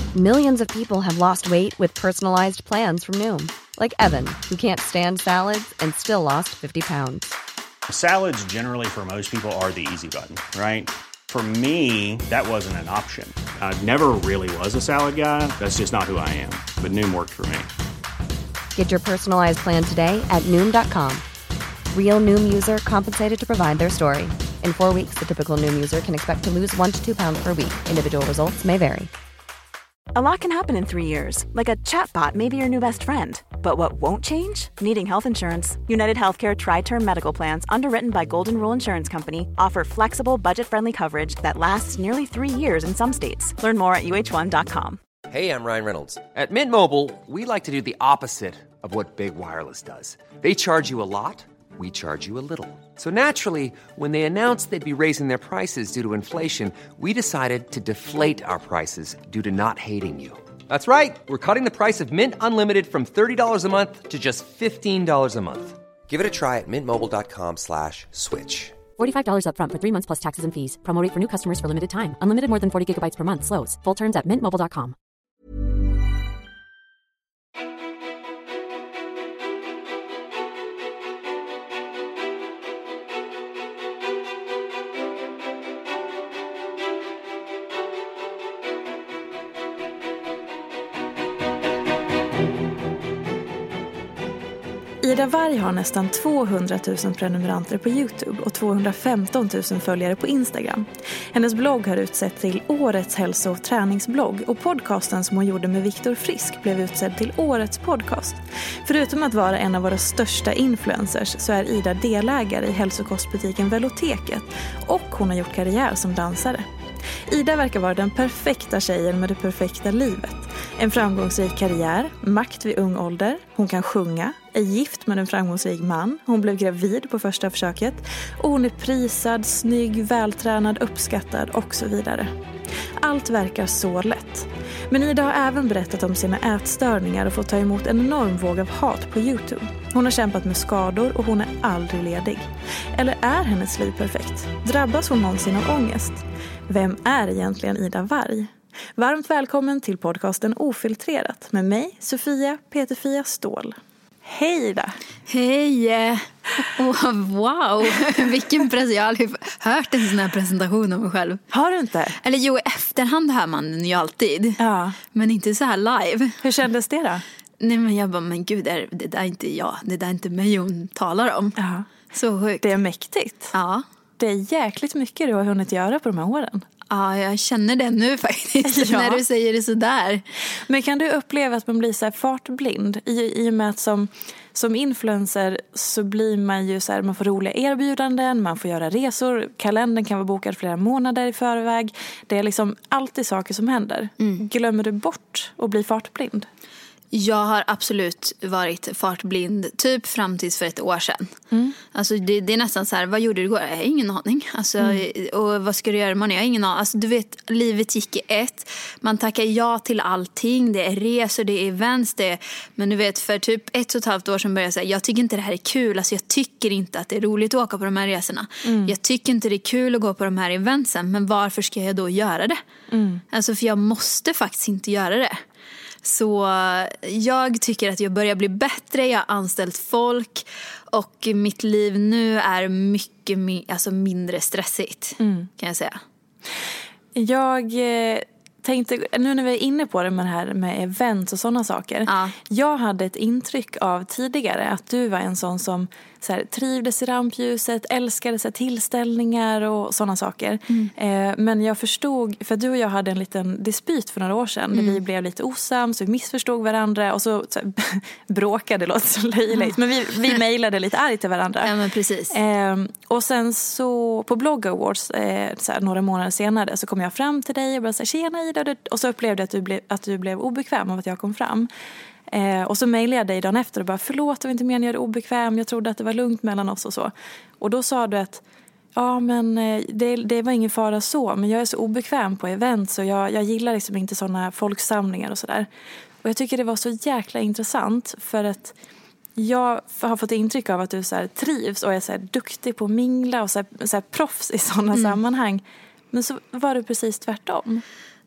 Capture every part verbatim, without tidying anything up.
Millions of people have lost weight with personalized plans from Noom. Like Evan, who can't stand salads and still lost fifty pounds. Salads generally for most people are the easy button, right? For me, that wasn't an option. I never really was a salad guy. That's just not who I am. But Noom worked for me. Get your personalized plan today at Noom dot com. Real Noom user compensated to provide their story. In four weeks, the typical Noom user can expect to lose one to two pounds per week. Individual results may vary. A lot can happen in three years, like a chatbot may be your new best friend. But what won't change? Needing health insurance. United Healthcare Tri-Term Medical Plans, underwritten by Golden Rule Insurance Company, offer flexible, budget-friendly coverage that lasts nearly three years in some states. Learn more at U H one dot com. Hey, I'm Ryan Reynolds. At Mint Mobile, we like to do the opposite of what Big Wireless does. They charge you a lot, we charge you a little. So naturally, when they announced they'd be raising their prices due to inflation, we decided to deflate our prices due to not hating you. That's right. We're cutting the price of Mint Unlimited from thirty dollars a month to just fifteen dollars a month. Give it a try at mintmobile.com slash switch. forty-five dollars up front for three months plus taxes and fees. Promo rate for new customers for limited time. Unlimited more than forty gigabytes per month. Slows full terms at mint mobile dot com. Ida Warg har nästan tvåhundratusen prenumeranter på YouTube och tvåhundrafemtontusen följare på Instagram. Hennes blogg har utsett till årets hälso- och träningsblogg och podcasten som hon gjorde med Viktor Frisk blev utsedd till årets podcast. Förutom att vara en av våra största influencers så är Ida delägare i hälsokostbutiken Veloteket och hon har gjort karriär som dansare. Ida verkar vara den perfekta tjejen med det perfekta livet. En framgångsrik karriär, makt vid ung ålder, hon kan sjunga, är gift med en framgångsrik man, hon blev gravid på första försöket och hon är prisad, snygg, vältränad, uppskattad och så vidare. Allt verkar så lätt. Men Ida har även berättat om sina ätstörningar och fått ta emot en enorm våg av hat på YouTube. Hon har kämpat med skador och hon är aldrig ledig. Eller är hennes liv perfekt? Drabbas hon någonsin av ångest? Vem är egentligen Ida Warg? Varmt välkommen till podcasten Ofiltrerat med mig, Sofia Peterfia Ståhl. Hej Ida! Hej! Oh, wow, vilken presentation. Jag har aldrig hört en sån här presentation av mig själv. Har du inte? Eller jo, i efterhand hör man den ju alltid. Ja. Men inte så här live. Hur kändes det då? Nej, men jag bara, men gud, det, är, det där är inte jag. Det där är inte mig hon talar om. Ja. Så sjukt. Det är mäktigt. Ja. Det är jäkligt mycket du har hunnit göra på de här åren. Ja, jag känner det nu faktiskt, ja. När du säger det så där. Men kan du uppleva att man blir så här fartblind i, i och med att som, som influencer så blir man ju så här, man får roliga erbjudanden, man får göra resor, kalendern kan vara bokad flera månader i förväg. Det är liksom alltid saker som händer. Mm. Glömmer du bort att bli fartblind? Jag har absolut varit fartblind typ fram tills för ett år sedan. Mm. Alltså det, det är nästan så här, vad gjorde du igår? Jag har ingen aning. Alltså, mm. Och vad ska du göra imorgon? Jag har ingen aning. Alltså du vet, livet gick i ett. Man tackar ja till allting. Det är resor, det är events. Det är, men du vet, för typ ett och ett halvt år sedan började jag säga, jag tycker inte det här är kul. Alltså jag tycker inte att det är roligt att åka på de här resorna. Mm. Jag tycker inte det är kul att gå på de här eventsen. Men varför ska jag då göra det? Mm. Alltså för jag måste faktiskt inte göra det. Så jag tycker att jag börjar bli bättre, jag har anställt folk och mitt liv nu är mycket alltså mindre stressigt, mm. kan jag säga. Jag eh, tänkte, nu när vi är inne på det med det här med events och sådana saker. Ja. Jag hade ett intryck av tidigare att du var en sån som så här, trivdes i rampljuset, älskade så här, tillställningar och sådana saker. Mm. Eh, men jag förstod, för du och jag hade en liten dispyt för några år sedan. Mm. Där vi blev lite osams, vi missförstod varandra och så, så här, bråkade, det låter så löjligt. Mm. Men vi, vi mejlade lite argt till varandra. Ja, men precis. Eh, och sen så på Blog Awards, eh, så här, några månader senare, så kom jag fram till dig och bara så här, tjena Ida. Och så upplevde jag att du, blev, att du blev obekväm av att jag kom fram. Eh, och så mejlade jag dig dagen efter och bara, förlåt, det var inte meningen att göra det obekväm, jag trodde att det var lugnt mellan oss och så. Och då sa du att ja men eh, det, det var ingen fara så, men jag är så obekväm på event så jag, jag gillar liksom inte sådana folksamlingar och sådär. Och jag tycker det var så jäkla intressant för att jag har fått intryck av att du så här trivs och är så här duktig på att mingla och så här, så här proffs i sådana mm. sammanhang. Men så var du precis tvärtom.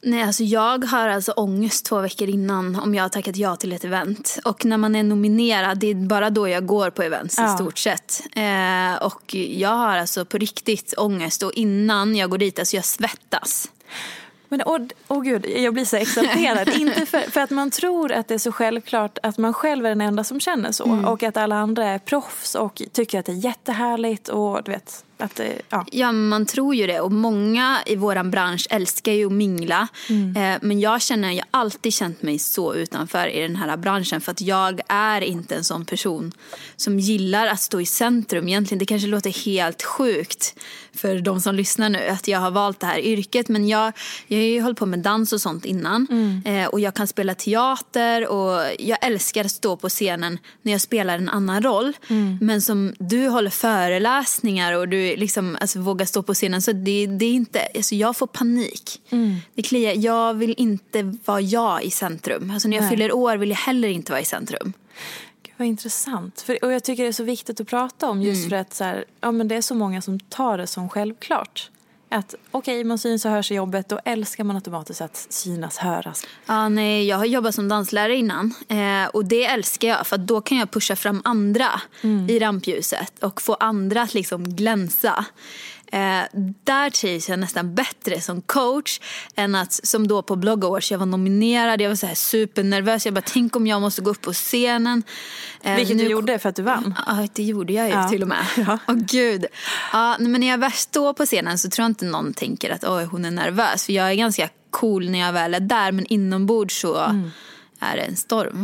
Nej, alltså jag har alltså ångest två veckor innan om jag har tackat ja till ett event. Och när man är nominerad, det är bara då jag går på events ja. i stort sett. Eh, och jag har alltså på riktigt ångest. Och innan jag går dit, alltså jag svettas. Men åh, åh gud, jag blir så exalterad. Inte för, för att man tror att det är så självklart att man själv är den enda som känner så. Mm. Och att alla andra är proffs och tycker att det är jättehärligt och du vet... Att det, ja. ja, man tror ju det. Och många i våran bransch älskar ju att mingla. Mm. Eh, men jag känner, jag har alltid känt mig så utanför i den här branschen. För att jag är inte en sån person som gillar att stå i centrum. Egentligen, det kanske låter helt sjukt för de som lyssnar nu att jag har valt det här yrket. Men jag, jag har ju hållit på med dans och sånt innan. Mm. Eh, och jag kan spela teater och jag älskar att stå på scenen när jag spelar en annan roll. Mm. Men som du håller föreläsningar och du liksom, alltså, våga stå på scenen, så det, det är inte, alltså, jag får panik. Mm. Det kliar, jag vill inte vara jag i centrum. Alltså när jag Nej. fyller år vill jag heller inte vara i centrum. Gud, vad intressant. För, och jag tycker det är så viktigt att prata om just mm. för att så här, ja, men det är så många som tar det som självklart. Att okej, okay, man syns och hörs i jobbet, då älskar man automatiskt att synas, höras. Ja, nej, jag har jobbat som danslärare innan eh, och det älskar jag för att då kan jag pusha fram andra mm. i rampljuset och få andra att liksom glänsa. Eh, där trivs jag nästan bättre som coach än att som då på Blog Awards jag var nominerad, jag var så här supernervös, jag bara tänk om jag måste gå upp på scenen. Eh, Vilket nu, du gjorde för att du vann. Ja, det gjorde jag ju ja. till och med. Ja. Åh gud. Ja, men när jag väl står på scenen så tror jag inte någon tänker att oj, hon är nervös, för jag är ganska cool när jag väl är där, men inombords så mm. är det en storm.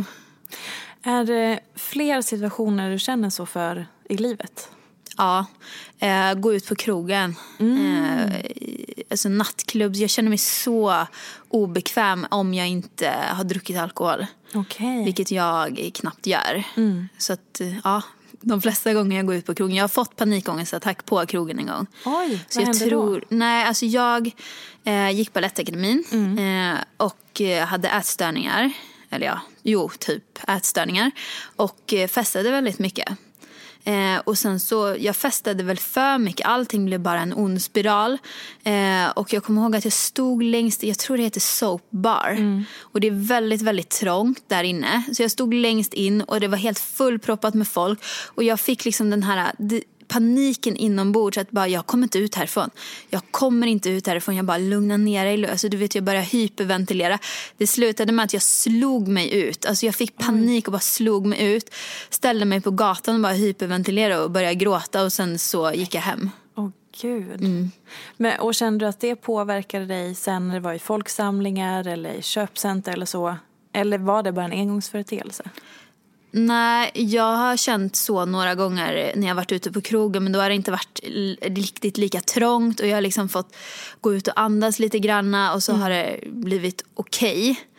Är det fler situationer du känner så för i livet? Ja, eh, gå ut på krogen. Mm. Eh, alltså nattklubb. Jag känner mig så obekväm om jag inte har druckit alkohol. Okay. Vilket jag knappt gör. Mm. Så att, ja, de flesta gånger jag går ut på krogen. Jag har fått panikångestattack på krogen en gång. Oj, så vad jag hände tror, då? Nej, alltså jag eh, gick på Balettakademin mm. eh, och eh, hade ätstörningar. Eller ja, jo, typ ätstörningar. Och eh, festade väldigt mycket. Eh, och sen så, jag festade väl för mycket. Allting blev bara en ond spiral. Eh, och jag kommer ihåg att jag stod längst, jag tror det heter Soap Bar. Mm. Och det är väldigt, väldigt trångt där inne. Så jag stod längst in och det var helt fullproppat med folk. Och jag fick liksom den här... Det, paniken inombords att bara, jag kommer inte ut härifrån. Jag kommer inte ut härifrån. Jag bara lugnar ner dig. Alltså, du vet, jag började hyperventilera. Det slutade med att jag slog mig ut. Alltså, jag fick panik och bara slog mig ut. Ställde mig på gatan och bara hyperventilera och började gråta. Och sen så gick jag hem. Åh oh, gud. Mm. Men, och kände du att det påverkade dig sen när det var i folksamlingar eller i köpcenter eller så? Eller var det bara en engångsföreteelse? Nej, jag har känt så några gånger när jag varit ute på krogen, men då har det inte varit riktigt lika trångt och jag har liksom fått gå ut och andas lite granna och så mm. har det blivit okej. Okay.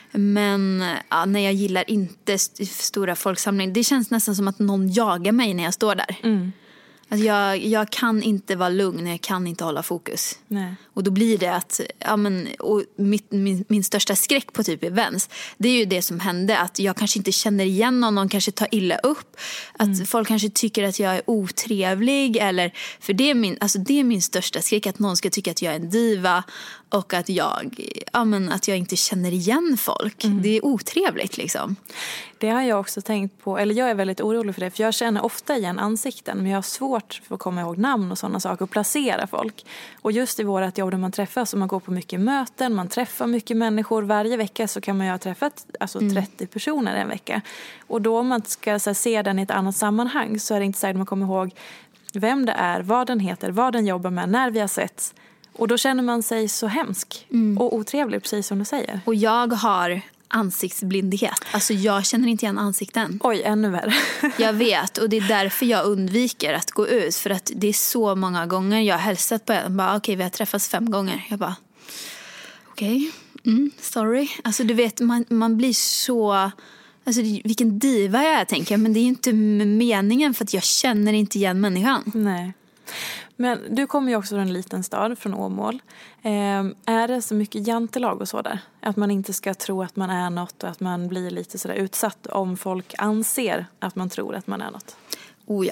Men ja, när jag gillar inte st- stora folksamlingar, det känns nästan som att någon jagar mig när jag står där. Mm. Alltså jag, jag kan inte vara lugn, jag kan inte hålla fokus. Nej. Och då blir det att, ja men, och mitt, min, min största skräck på typ events, det är ju det som hände, att jag kanske inte känner igen någon, någon kanske tar illa upp, att mm. folk kanske tycker att jag är otrevlig, eller, för det är min, alltså det är min största skräck, att någon ska tycka att jag är en diva och att jag, ja men, att jag inte känner igen folk. Mm. Det är otrevligt liksom. Det har jag också tänkt på, eller jag är väldigt orolig för det, för jag känner ofta igen ansikten, men jag har svårt för att komma ihåg namn och sådana saker och placera folk. Och just i vårat jobb där man träffas och man går på mycket möten, man träffar mycket människor varje vecka, så kan man ju ha träffat alltså mm. trettio personer en vecka. Och då om man ska så här, se den i ett annat sammanhang, så är det inte säkert man kommer ihåg vem det är, vad den heter, vad den jobbar med, när vi har setts. Och då känner man sig så hemsk mm. och otrevlig, precis som du säger. Och jag har ansiktsblindhet. Alltså jag känner inte igen ansikten. Oj, ännu värre. Jag vet, och det är därför jag undviker att gå ut. För att det är så många gånger jag har hälsat på en. Bara, okej, okay, vi har träffats fem gånger. Jag bara, okej, okay, mm, sorry. Alltså du vet, man, man blir så... Alltså vilken diva jag är, tänker jag. Men det är inte meningen, för att jag känner inte igen människan. Nej. Men du kommer ju också från en liten stad, från Åmål. Eh, är det så mycket jantelag och så där? Att man inte ska tro att man är något och att man blir lite sådär utsatt om folk anser att man tror att man är något? Oh ja,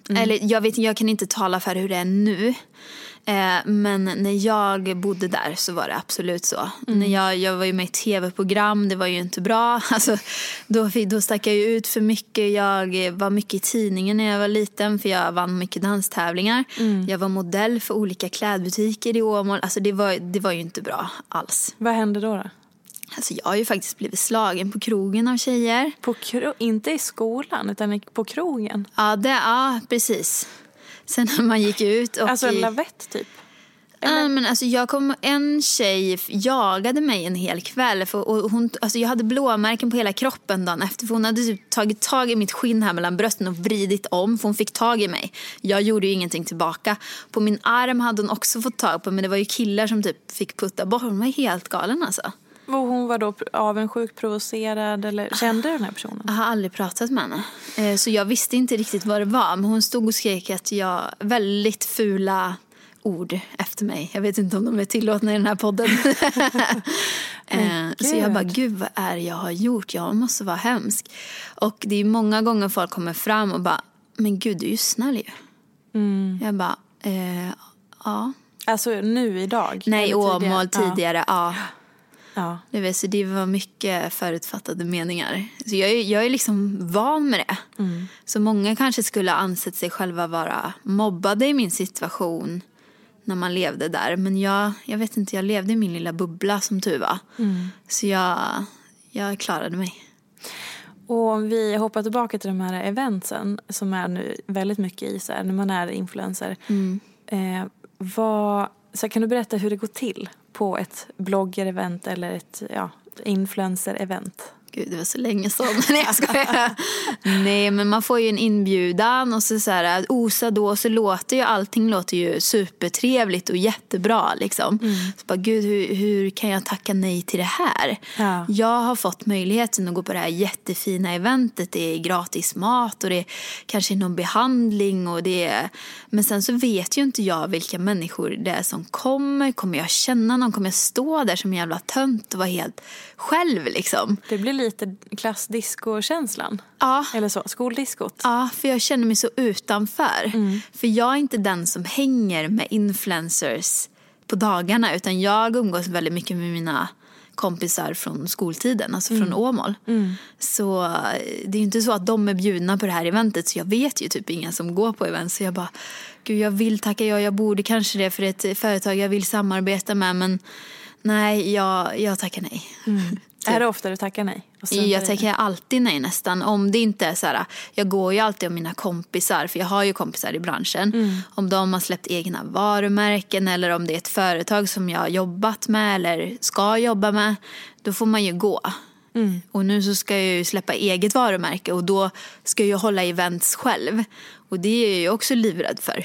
Mm. Eller jag vet jag kan inte tala för hur det är nu. Eh, men när jag bodde där så var det absolut så. Mm. När jag, jag var ju med i tv-program, det var ju inte bra. Alltså, då, då stack jag ju ut för mycket. Jag var mycket i tidningen när jag var liten för jag vann mycket danstävlingar. Mm. Jag var modell för olika klädbutiker i Åmål. Alltså det var, det var ju inte bra alls. Vad hände då då? Alltså jag har ju faktiskt blivit slagen på krogen av tjejer. På kro- inte i skolan utan på krogen? Ja, det, ja precis. Sen när man gick ut och... Alltså en lavett typ? Ja, men alltså jag kom, en tjej jagade mig en hel kväll för, och hon, alltså jag hade blåmärken på hela kroppen dagen efter för hon hade typ tagit tag i mitt skinn här mellan brösten och vridit om för hon fick tag i mig. Jag gjorde ju ingenting tillbaka. På min arm hade hon också fått tag på men det var ju killar som typ fick putta bort. Hon var helt galen alltså. Och hon var då avundsjuk, provocerad eller kände den här personen? Jag har aldrig pratat med henne. Så jag visste inte riktigt vad det var. Men hon stod och skrek att jag väldigt fula ord efter mig. Jag vet inte om de är tillåtna i den här podden. Så jag bara, gud vad är det jag har gjort? Jag måste vara hemsk. Och det är många gånger folk kommer fram och bara, men gud du är ju snäll ju. Mm. Jag bara, eh, ja. Alltså nu idag? Nej, Åmål tidigare, ja. ja. Ja. Det, vet, så det var mycket förutfattade meningar. Så jag, är, jag är liksom van med det. Mm. Så många kanske skulle ha ansett sig själva vara mobbade i min situation när man levde där. Men jag, jag vet inte, jag levde i min lilla bubbla som tur var. Mm. Så jag, jag klarade mig. Och vi hoppar tillbaka till de här eventsen som är nu väldigt mycket i så här, när man är influencer. Mm. Eh, vad, så kan du berätta hur det går till på ett blogger-event eller ett ja, influencer-event? Gud, det var så länge sedan. Nej, jag skojar. Nej, men man får ju en inbjudan och så så här, osa då så låter ju allting låter ju supertrevligt och jättebra liksom. Mm. Så bara, gud, hur, hur kan jag tacka nej till det här? Ja. Jag har fått möjligheten att gå på det här jättefina eventet. Det är gratis mat och det är kanske någon behandling och det är... Men sen så vet ju inte jag vilka människor det är som kommer. Kommer jag känna någon? Kommer jag stå där som en jävla tönt och vara helt själv liksom? Det blir lite klassdisco-känslan. Ja. Eller så, skoldiskot. Ja, för jag känner mig så utanför. Mm. För jag är inte den som hänger med influencers på dagarna. Utan jag umgås väldigt mycket med mina kompisar från skoltiden. Alltså mm. från Åmål. Mm. Så det är ju inte så att de är bjudna på det här eventet. Så jag vet ju typ ingen som går på event. Så jag bara, gud jag vill tacka ja, jag borde kanske det för ett företag jag vill samarbeta med. Men nej, jag, jag tackar nej. Mm. Typ. Är det ofta du tackar nej? Jag tackar alltid nej nästan. Om det inte är så här, jag går ju alltid om mina kompisar, för jag har ju kompisar i branschen. Mm. Om de har släppt egna varumärken eller om det är ett företag som jag har jobbat med eller ska jobba med, då får man ju gå. Mm. Och nu så ska jag ju släppa eget varumärke och då ska jag hålla events själv. Och det är jag ju också livrädd för.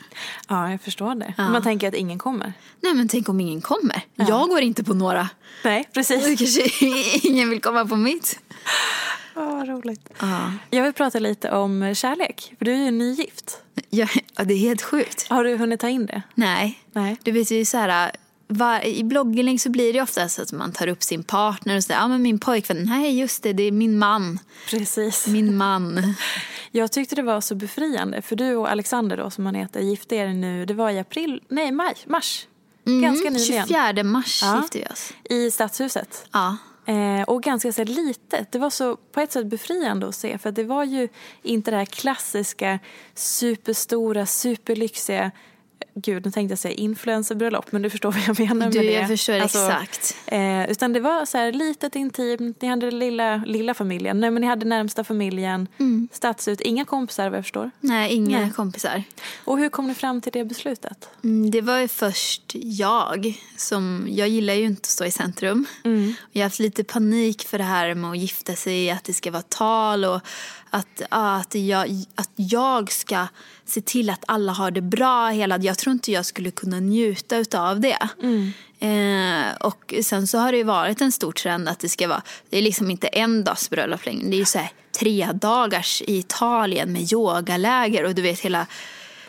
Ja, jag förstår det. Ja. Man tänker att ingen kommer. Nej, men tänk om ingen kommer. Ja. Jag går inte på några. Nej, precis. Och kanske ingen vill komma på mitt. Ja, vad roligt. Ja. Jag vill prata lite om kärlek. För du är ju nygift. Ja, det är helt sjukt. Har du hunnit ta in det? Nej. Nej. Du vet ju så här... Var, i blogginlägg så blir det ofta så att man tar upp sin partner och säger, ja men min pojkvän, nej just det, det är min man. Precis. Min man. Jag tyckte det var så befriande, för du och Alexander då, som han heter, gifte er nu, det var i april, nej maj, mars. Mm, ganska nyligen. tjugofjärde mars ja, gifte vi oss. I Stadshuset. Ja. Eh, och ganska så litet. Det var så på ett sätt befriande att se, för att det var ju inte det här klassiska, superstora, superlyxiga. Gud, nu tänkte jag säga influencerbröllop, men du förstår vad jag menar du, med det. Jag förstår alltså, exakt. Eh, utan det var så här litet, intimt. Ni hade lilla, lilla familjen. Nej, men ni hade närmsta familjen. Mm. Stadsut. Inga kompisar, vad jag förstår. Nej, inga Nej. kompisar. Och hur kom ni fram till det beslutet? Mm, det var ju först jag. som Jag gillar ju inte att stå i centrum. Mm. Jag har haft lite panik för det här med att gifta sig. Att det ska vara tal och att, att, jag, att jag ska se till att alla har det bra hela. Jag tror inte jag skulle kunna njuta utav det. Mm. Eh, och sen så har det ju varit en stor trend att det ska vara, det är liksom inte en dags bröllop längre. Det är ju så här tre dagars i Italien med yogaläger och du vet hela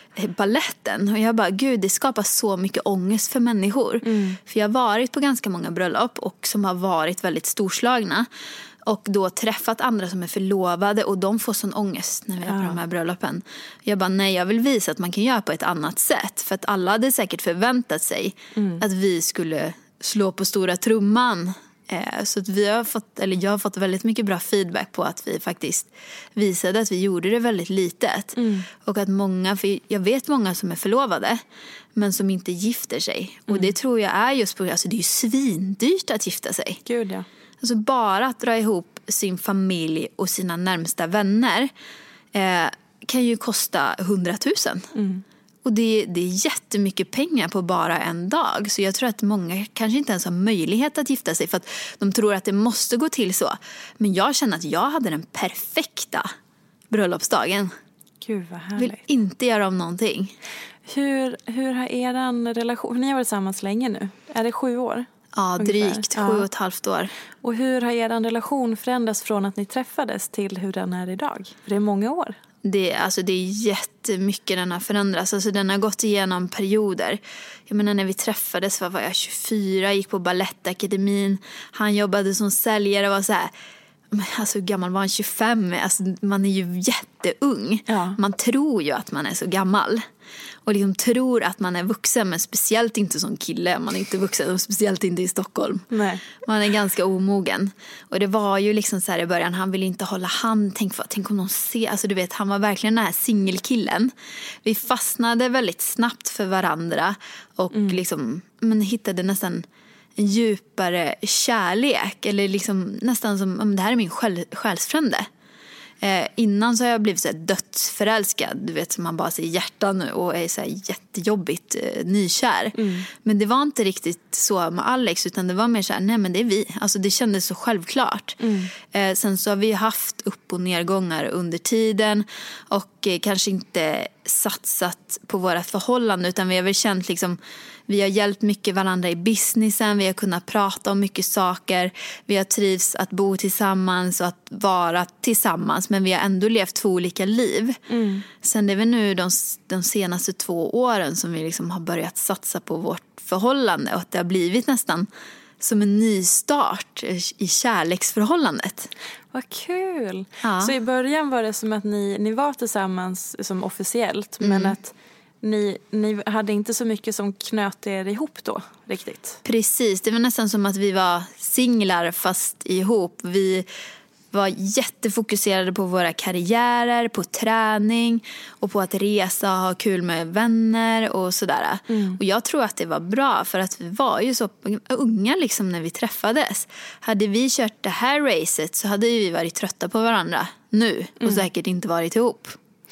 balletten. Och jag bara, gud, det skapar så mycket ångest för människor. Mm. För jag har varit på ganska många bröllop och som har varit väldigt storslagna. Och då träffat andra som är förlovade och de får sån ångest när vi är på ja. de här bröllopen. Jag bara, nej, jag vill visa att man kan göra på ett annat sätt. För att alla hade säkert förväntat sig mm. att vi skulle slå på stora trumman. Eh, så att vi har fått, eller jag har fått väldigt mycket bra feedback på att vi faktiskt visade att vi gjorde det väldigt litet. Mm. Och att många, för jag vet många som är förlovade men som inte gifter sig. Mm. Och det tror jag är just på, alltså det är ju svindyrt att gifta sig. Gud ja. Alltså bara att dra ihop sin familj och sina närmsta vänner eh, kan ju kosta hundratusen. Mm. Och det, det är jättemycket pengar på bara en dag. Så jag tror att många kanske inte ens har möjlighet att gifta sig för att de tror att det måste gå till så. Men jag känner att jag hade den perfekta bröllopsdagen. Gud vad härligt. Vill inte göra om någonting. Hur, hur har er relation, ni har varit tillsammans länge nu, är det sju år? Ja, drygt sju och ett halvt år. Och hur har er relation förändrats från att ni träffades till hur den är idag? För det är många år. Det, alltså det är jättemycket den har förändrats. Alltså den har gått igenom perioder. Jag menar när vi träffades var jag tjugofyra, gick på Balettakademin. Han jobbade som säljare och var så här... Alltså hur gammal var han? tjugofem? Alltså, man är ju jätteung. Ja. Man tror ju att man är så gammal. Och liksom tror att man är vuxen. Men speciellt inte som kille. Man är inte vuxen och speciellt inte i Stockholm. Nej. Man är ganska omogen. Och det var ju liksom så här i början. Han ville inte hålla hand. Tänk, tänk om någon ser. Alltså du vet, han var verkligen den här singelkillen. Vi fastnade väldigt snabbt för varandra. Och mm. liksom, men hittade nästan... en djupare kärlek. Eller liksom nästan som om det här är min själ, själsfrände. Eh, innan så har jag blivit så här dödsförälskad. Du vet, man bara ser hjärtan och är så här jättejobbigt eh, nykär. Mm. Men det var inte riktigt så med Alex. Utan det var mer så här, nej men det är vi. Alltså det kändes så självklart. Mm. Eh, sen så har vi haft upp- och nedgångar under tiden. Och eh, kanske inte satsat på våra förhållanden. Utan vi har väl känt liksom... Vi har hjälpt mycket varandra i businessen. Vi har kunnat prata om mycket saker. Vi har trivs att bo tillsammans och att vara tillsammans. Men vi har ändå levt två olika liv. Mm. Sen det är väl nu de, de senaste två åren som vi liksom har börjat satsa på vårt förhållande. Och att det har blivit nästan som en ny start i kärleksförhållandet. Vad kul! Ja. Så i början var det som att ni, ni var tillsammans som officiellt. Mm. Men att... Ni, ni hade inte så mycket som knöt er ihop då, riktigt? Precis, det var nästan som att vi var singlar fast ihop. Vi var jättefokuserade på våra karriärer, på träning och på att resa och ha kul med vänner och sådär. Mm. Och jag tror att det var bra för att vi var ju så unga liksom när vi träffades. Hade vi kört det här racet så hade vi varit trötta på varandra nu och mm. säkert inte varit ihop.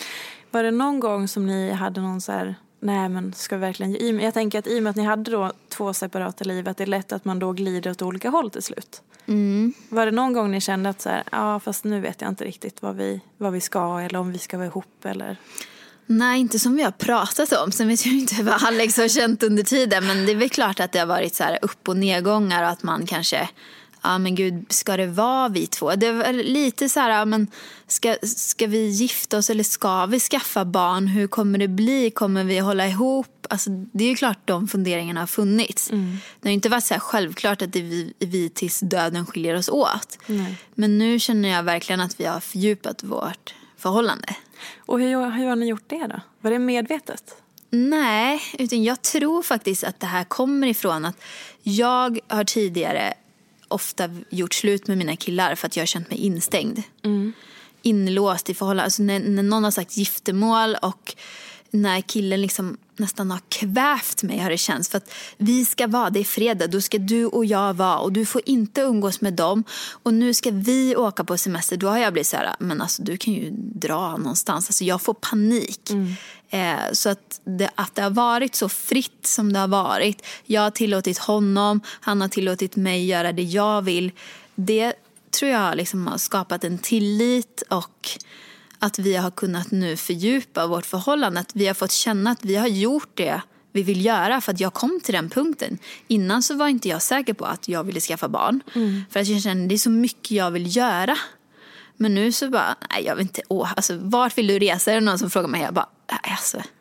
Var det någon gång som ni hade någon så här, nej men ska vi verkligen... Jag tänker att i och med att ni hade då två separata liv, att det är lätt att man då glider åt olika håll till slut. Mm. Var det någon gång ni kände att så här, ja fast nu vet jag inte riktigt vad vi, vad vi ska eller om vi ska vara ihop eller... Nej, inte som vi har pratat om. Sen vet jag inte vad Alex har känt under tiden. Men det är väl klart att det har varit så här upp- och nedgångar och att man kanske... Ja men gud, ska det vara vi två? Det är lite så här, ja, men ska, ska vi gifta oss eller ska vi skaffa barn? Hur kommer det bli? Kommer vi hålla ihop? Alltså, det är ju klart de funderingarna har funnits. Mm. Det har inte varit så här självklart att det är vi, vi tills döden skiljer oss åt. Mm. Men nu känner jag verkligen att vi har fördjupat vårt förhållande. Och hur, hur har ni gjort det då? Var det medvetet? Nej, utan jag tror faktiskt att det här kommer ifrån att jag har tidigare... ofta gjort slut med mina killar för att jag har känt mig instängd. Mm. Inlåst i förhållande. Alltså när, när någon har sagt giftermål och när killen liksom nästan har kvävt mig har det känts. För att vi ska vara, det är fredag, då ska du och jag vara och du får inte umgås med dem. Och nu ska vi åka på semester. Då har jag blivit så här, men alltså du kan ju dra någonstans. Alltså jag får panik. Mm. Eh, så att det, att det har varit så fritt som det har varit. Jag har tillåtit honom, han har tillåtit mig göra det jag vill. Det tror jag liksom har skapat en tillit och att vi har kunnat nu fördjupa vårt förhållande. Att vi har fått känna att vi har gjort det vi vill göra för att jag kom till den punkten. Innan så var inte jag säker på att jag ville skaffa barn. Mm. För att jag kände det är så mycket jag vill göra. Men nu så bara, nej jag vet inte, åh, alltså vart vill du resa? Är det någon som frågar mig? Jag bara, nej alltså,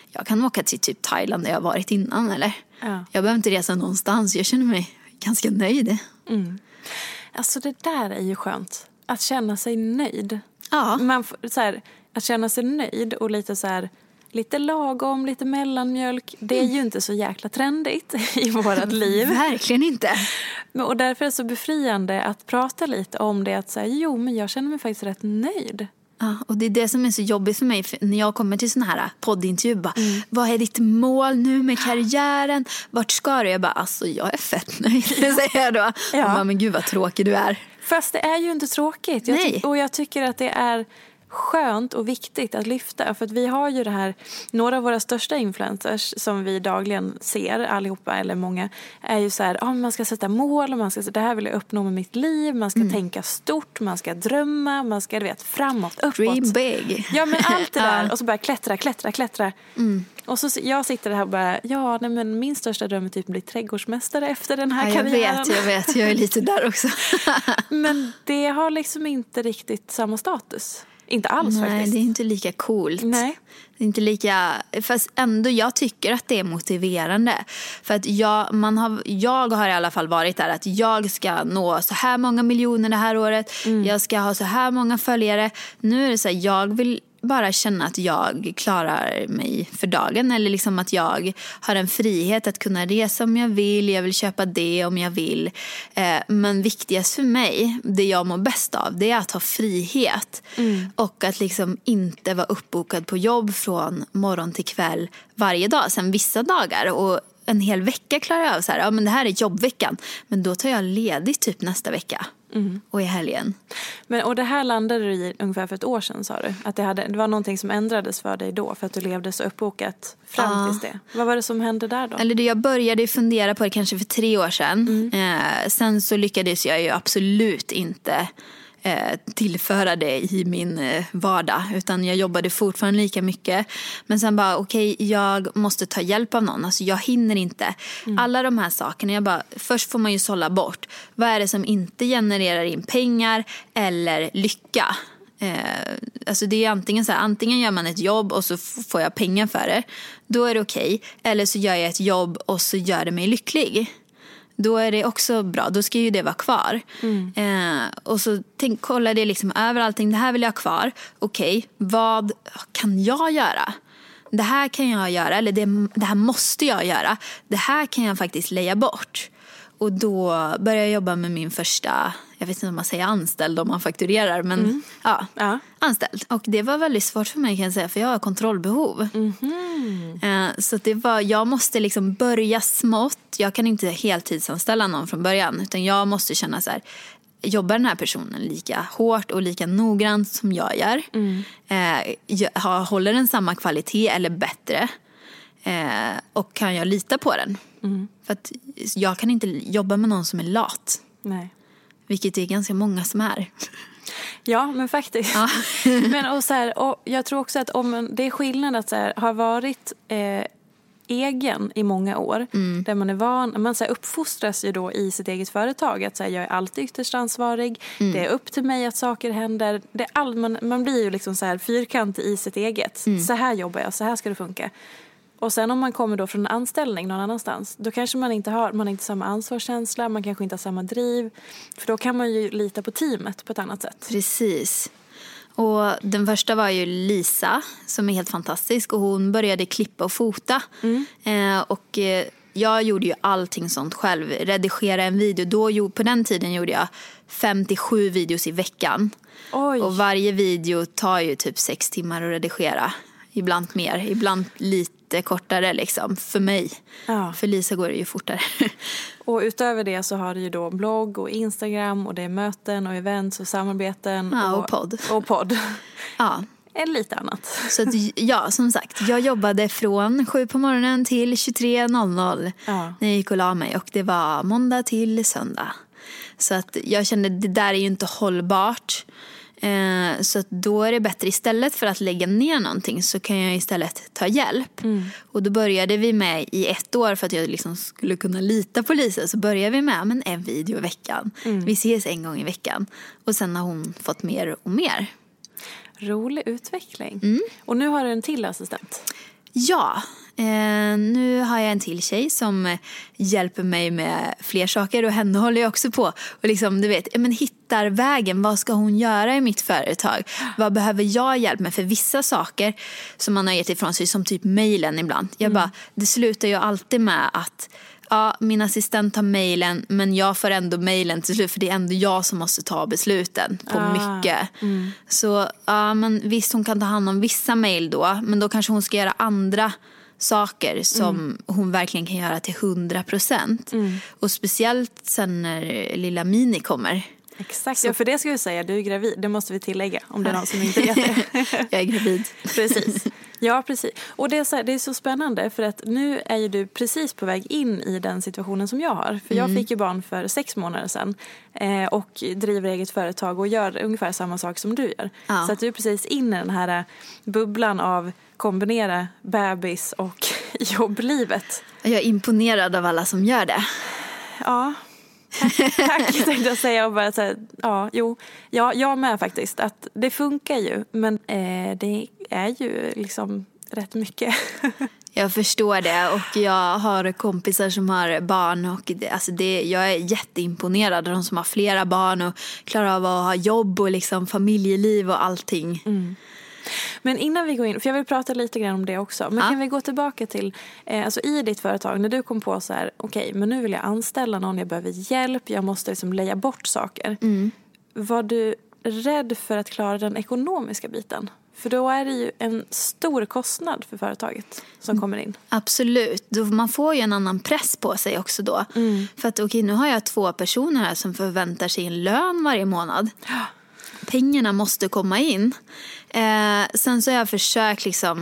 jag kan åka till typ Thailand där jag har varit innan. Eller? Ja. Jag behöver inte resa någonstans. Jag känner mig ganska nöjd. Mm. Alltså det där är ju skönt. Att känna sig nöjd. Ja. Man får, så här, att känna sig nöjd och lite så här, lite lagom, lite mellanmjölk. Det är ju inte så jäkla trendigt i vårat liv. Verkligen inte. Och därför är det så befriande att prata lite om det. Att säga, jo men jag känner mig faktiskt rätt nöjd. Ja, och det är det som är så jobbigt för mig för när jag kommer till såna här poddintervjuer. Bara, mm. Vad är ditt mål nu med karriären? Vart ska du? Jag bara, alltså jag är fett nöjd, säger jag då. Ja. Och bara, men gud vad tråkig du är. Fast det är ju inte tråkigt. Jag ty- och jag tycker att det är skönt och viktigt att lyfta. För att vi har ju det här, några av våra största influencers som vi dagligen ser, allihopa eller många, är ju så här, ah, man ska sätta mål och man ska, det här vill jag uppnå med mitt liv, man ska mm. tänka stort, man ska drömma, man ska, du vet, framåt, uppåt. Dream big. Ja, men allt det där. Och så bara klättra, klättra, klättra. Mm. Och så jag sitter här och bara, ja, nej, men min största dröm är typ att bli trädgårdsmästare efter den här ja, jag karriären. Jag vet, jag vet, jag är lite där också. Men det har liksom inte riktigt samma status. Inte alls. Nej, faktiskt. Det är inte lika coolt. Nej. Det är inte lika, fast ändå jag tycker att det är motiverande. För att jag, man har, jag har i alla fall varit där att jag ska nå så här många miljoner det här året. Mm. Jag ska ha så här många följare. Nu är det så här, jag vill bara känna att jag klarar mig för dagen. Eller liksom att jag har en frihet att kunna resa om jag vill. Jag vill köpa det om jag vill. Eh, men viktigast för mig, det jag mår bäst av, det är att ha frihet. Mm. Och att liksom inte vara uppbokad på jobb från morgon till kväll varje dag. Sen vissa dagar och en hel vecka klarar jag av så här. Ja, men det här är jobbveckan. Men då tar jag ledigt typ nästa vecka. Mm. Och i helgen. Men, och det här landade du i ungefär för ett år sedan, sa du? Att det, hade, det var någonting som ändrades för dig då, för att du levde så uppbokat fram ja. tills det. Vad var det som hände där då? Eller det, jag började fundera på det kanske för tre år sedan. Mm. Eh, sen så lyckades jag ju absolut inte eh, tillföra det i min eh, vardag. Utan jag jobbade fortfarande lika mycket. Men sen bara, okej, okay, jag måste ta hjälp av någon. Alltså jag hinner inte. Mm. Alla de här sakerna, jag bara, först får man ju sålla bort. Vad är det som inte genererar in pengar eller lycka? Eh, alltså det är antingen så här, antingen gör man ett jobb och så f- får jag pengar för det. Då är det okej. Okay. Eller så gör jag ett jobb och så gör det mig lycklig. Då är det också bra, då ska ju det vara kvar. Mm. Eh, och så tänk, kollar det liksom över allting, det här vill jag ha kvar. Okej, okay, vad kan jag göra? Det här kan jag göra, eller det, det här måste jag göra. Det här kan jag faktiskt lägga bort. Och då började jag jobba med min första, jag vet inte om man säger anställd om man fakturerar, men mm. ja, ja, anställd. Och det var väldigt svårt för mig kan jag säga, för jag har kontrollbehov. Mm-hmm. Så det var, jag måste liksom börja smått. Jag kan inte heltidsanställa någon från början, utan jag måste känna så här, jobbar den här personen lika hårt och lika noggrant som jag gör? Mm. Jag håller den samma kvalitet eller bättre? Och kan jag lita på den? Mm. För att jag kan inte jobba med någon som är lat. Nej. Vilket är ganska många som är. Ja, men faktiskt. Ja. men och så här, och jag tror också att om det är skillnad att så här, ha varit eh, egen i många år. Mm. Där man är van, man så här, uppfostras ju då i sitt eget företag. Att så här, jag är alltid ytterst ansvarig. Mm. Det är upp till mig att saker händer. Det är all, man, man blir ju liksom så här fyrkantig i sitt eget. Mm. Så här jobbar jag, så här ska det funka. Och sen om man kommer då från en anställning någon annanstans, då kanske man inte har, man har inte samma ansvarskänsla, man kanske inte har samma driv. För då kan man ju lita på teamet på ett annat sätt. Precis. Och den första var ju Lisa, som är helt fantastisk. Och hon började klippa och fota. Mm. Eh, och eh, jag gjorde ju allting sånt själv. Redigera en video. Då, på den tiden gjorde jag femtiosju videos i veckan. Oj. Och varje video tar ju typ sex timmar att redigera. Ibland mer, ibland lite kortare liksom, för mig. Ja. För Lisa går det ju fortare. Och utöver det så har du ju då blogg och Instagram och det är möten och events och samarbeten. Ja, och, och podd. Och podd. Ja. Eller lite annat. Så att, ja, som sagt, jag jobbade från sju på morgonen till tjugotre noll noll ja. När jag gick och la mig. Och det var måndag till söndag. Så att jag kände, det där är ju inte hållbart. Eh, så att då är det bättre, istället för att lägga ner någonting så kan jag istället ta hjälp. Mm. Och då började vi med i ett år, för att jag liksom skulle kunna lita på Lisa, så började vi med men en video i veckan. Mm. Vi ses en gång i veckan. Och sen har hon fått mer och mer. Rolig utveckling. Mm. Och nu har du en till assistent. Ja, eh, nu har jag en till tjej som eh, hjälper mig med fler saker och henne håller jag också på. Och liksom, du vet, ja, men hittar vägen, vad ska hon göra i mitt företag? Vad behöver jag hjälp med? För vissa saker som man har gett ifrån sig, som typ mejlen ibland. Jag mm. bara, det slutar ju alltid med att ja, min assistent har mejlen, men jag får ändå mejlen till slut, för det är ändå jag som måste ta besluten på ah, mycket. Mm. Så ja, men visst, hon kan ta hand om vissa mejl då, men då kanske hon ska göra andra saker som mm. hon verkligen kan göra till hundra procent. Mm. Och speciellt sen när lilla Mini kommer. Exakt, så. Ja, för det ska vi säga, du är gravid, det måste vi tillägga om det är någon som inte vet det. Jag är gravid. Precis. Ja, precis. Och det är, så här, det är så spännande för att nu är ju du precis på väg in i den situationen som jag har. För jag mm. fick ju barn för sex månader sedan eh, och driver eget företag och gör ungefär samma sak som du gör. Ja. Så att du är precis inne i den här bubblan av kombinera bebis och jobblivet. Jag är imponerad av alla som gör det. Ja, tack, tack tänkte jag säga och bara säga, ja, jo, ja, jag med faktiskt, att det funkar ju, men eh, det är ju liksom rätt mycket. Jag förstår det, och jag har kompisar som har barn och det, alltså det, jag är jätteimponerad av de som har flera barn och klarar av att ha jobb och liksom familjeliv och allting. Mm. Men innan vi går in, för jag vill prata lite grann om det också, men ja. Kan vi gå tillbaka till eh, alltså i ditt företag, när du kom på så här, okej, okay, men nu vill jag anställa någon, jag behöver hjälp, jag måste liksom leja bort saker. Mm. Var du rädd för att klara den ekonomiska biten? För då är det ju en stor kostnad för företaget som kommer in. Absolut. Man får ju en annan press på sig också då. Mm. För att okej, okay, nu har jag två personer här som förväntar sig en lön varje månad. Pengarna måste komma in. Eh, sen så har jag försökt liksom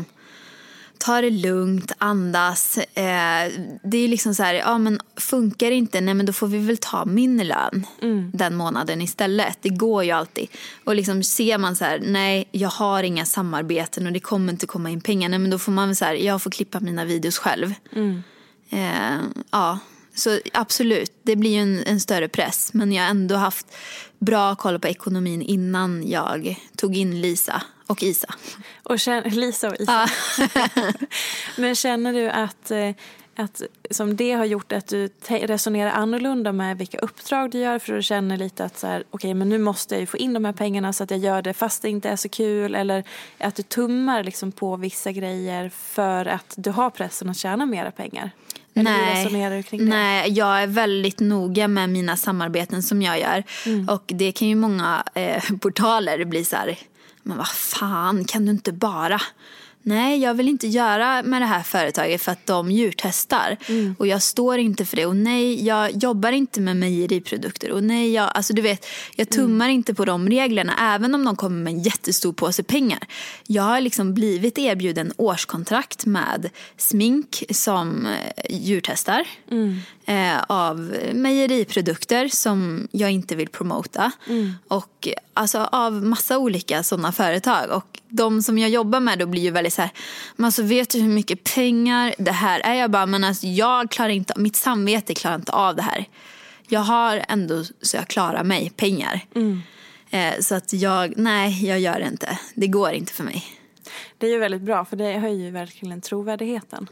ta det lugnt, andas. Eh, det är liksom så här, ja men funkar det inte, nej men då får vi väl ta min lön mm. den månaden istället. Det går ju alltid. Och liksom ser man så här, nej jag har inga samarbeten och det kommer inte komma in pengar, nej men då får man väl så här, jag får klippa mina videos själv. Mm. Eh, ja, så absolut, det blir ju en, en större press, men jag har ändå haft bra koll på ekonomin innan jag tog in Lisa och Isa. Och känner, Lisa och Isa. Ja. Men känner du att, att som det har gjort att du te- resonerar annorlunda med vilka uppdrag du gör, för du känner lite att så här, okej, okay, men nu måste jag ju få in de här pengarna så att jag gör det fast det inte är så kul, eller att du tummar liksom på vissa grejer för att du har pressen att tjäna mera pengar? Nej, nej, jag är väldigt noga med mina samarbeten som jag gör. Mm. Och det kan ju många eh, portaler bli så här, men vad fan, kan du inte bara... Nej, jag vill inte göra med det här företaget för att de djurtestar. Mm. Och jag står inte för det. Och nej, jag jobbar inte med mejeriprodukter. Och nej, jag, alltså du vet, jag tummar mm. inte på de reglerna. Även om de kommer med en jättestor påse pengar. Jag har liksom blivit erbjuden årskontrakt med smink som djurtestar. Mm. Eh, av mejeriprodukter som jag inte vill promota. Mm. Och alltså av massa olika sådana företag. Och de som jag jobbar med då blir ju väldigt så här, men alltså vet du hur mycket pengar det här är? Jag bara, men alltså jag klarar inte, mitt samvete klarar inte av det här. Jag har ändå så jag klarar mig pengar. Mm. Eh, så att jag, nej jag gör det inte. Det går inte för mig. Det är ju väldigt bra, för det höjer ju verkligen trovärdigheten.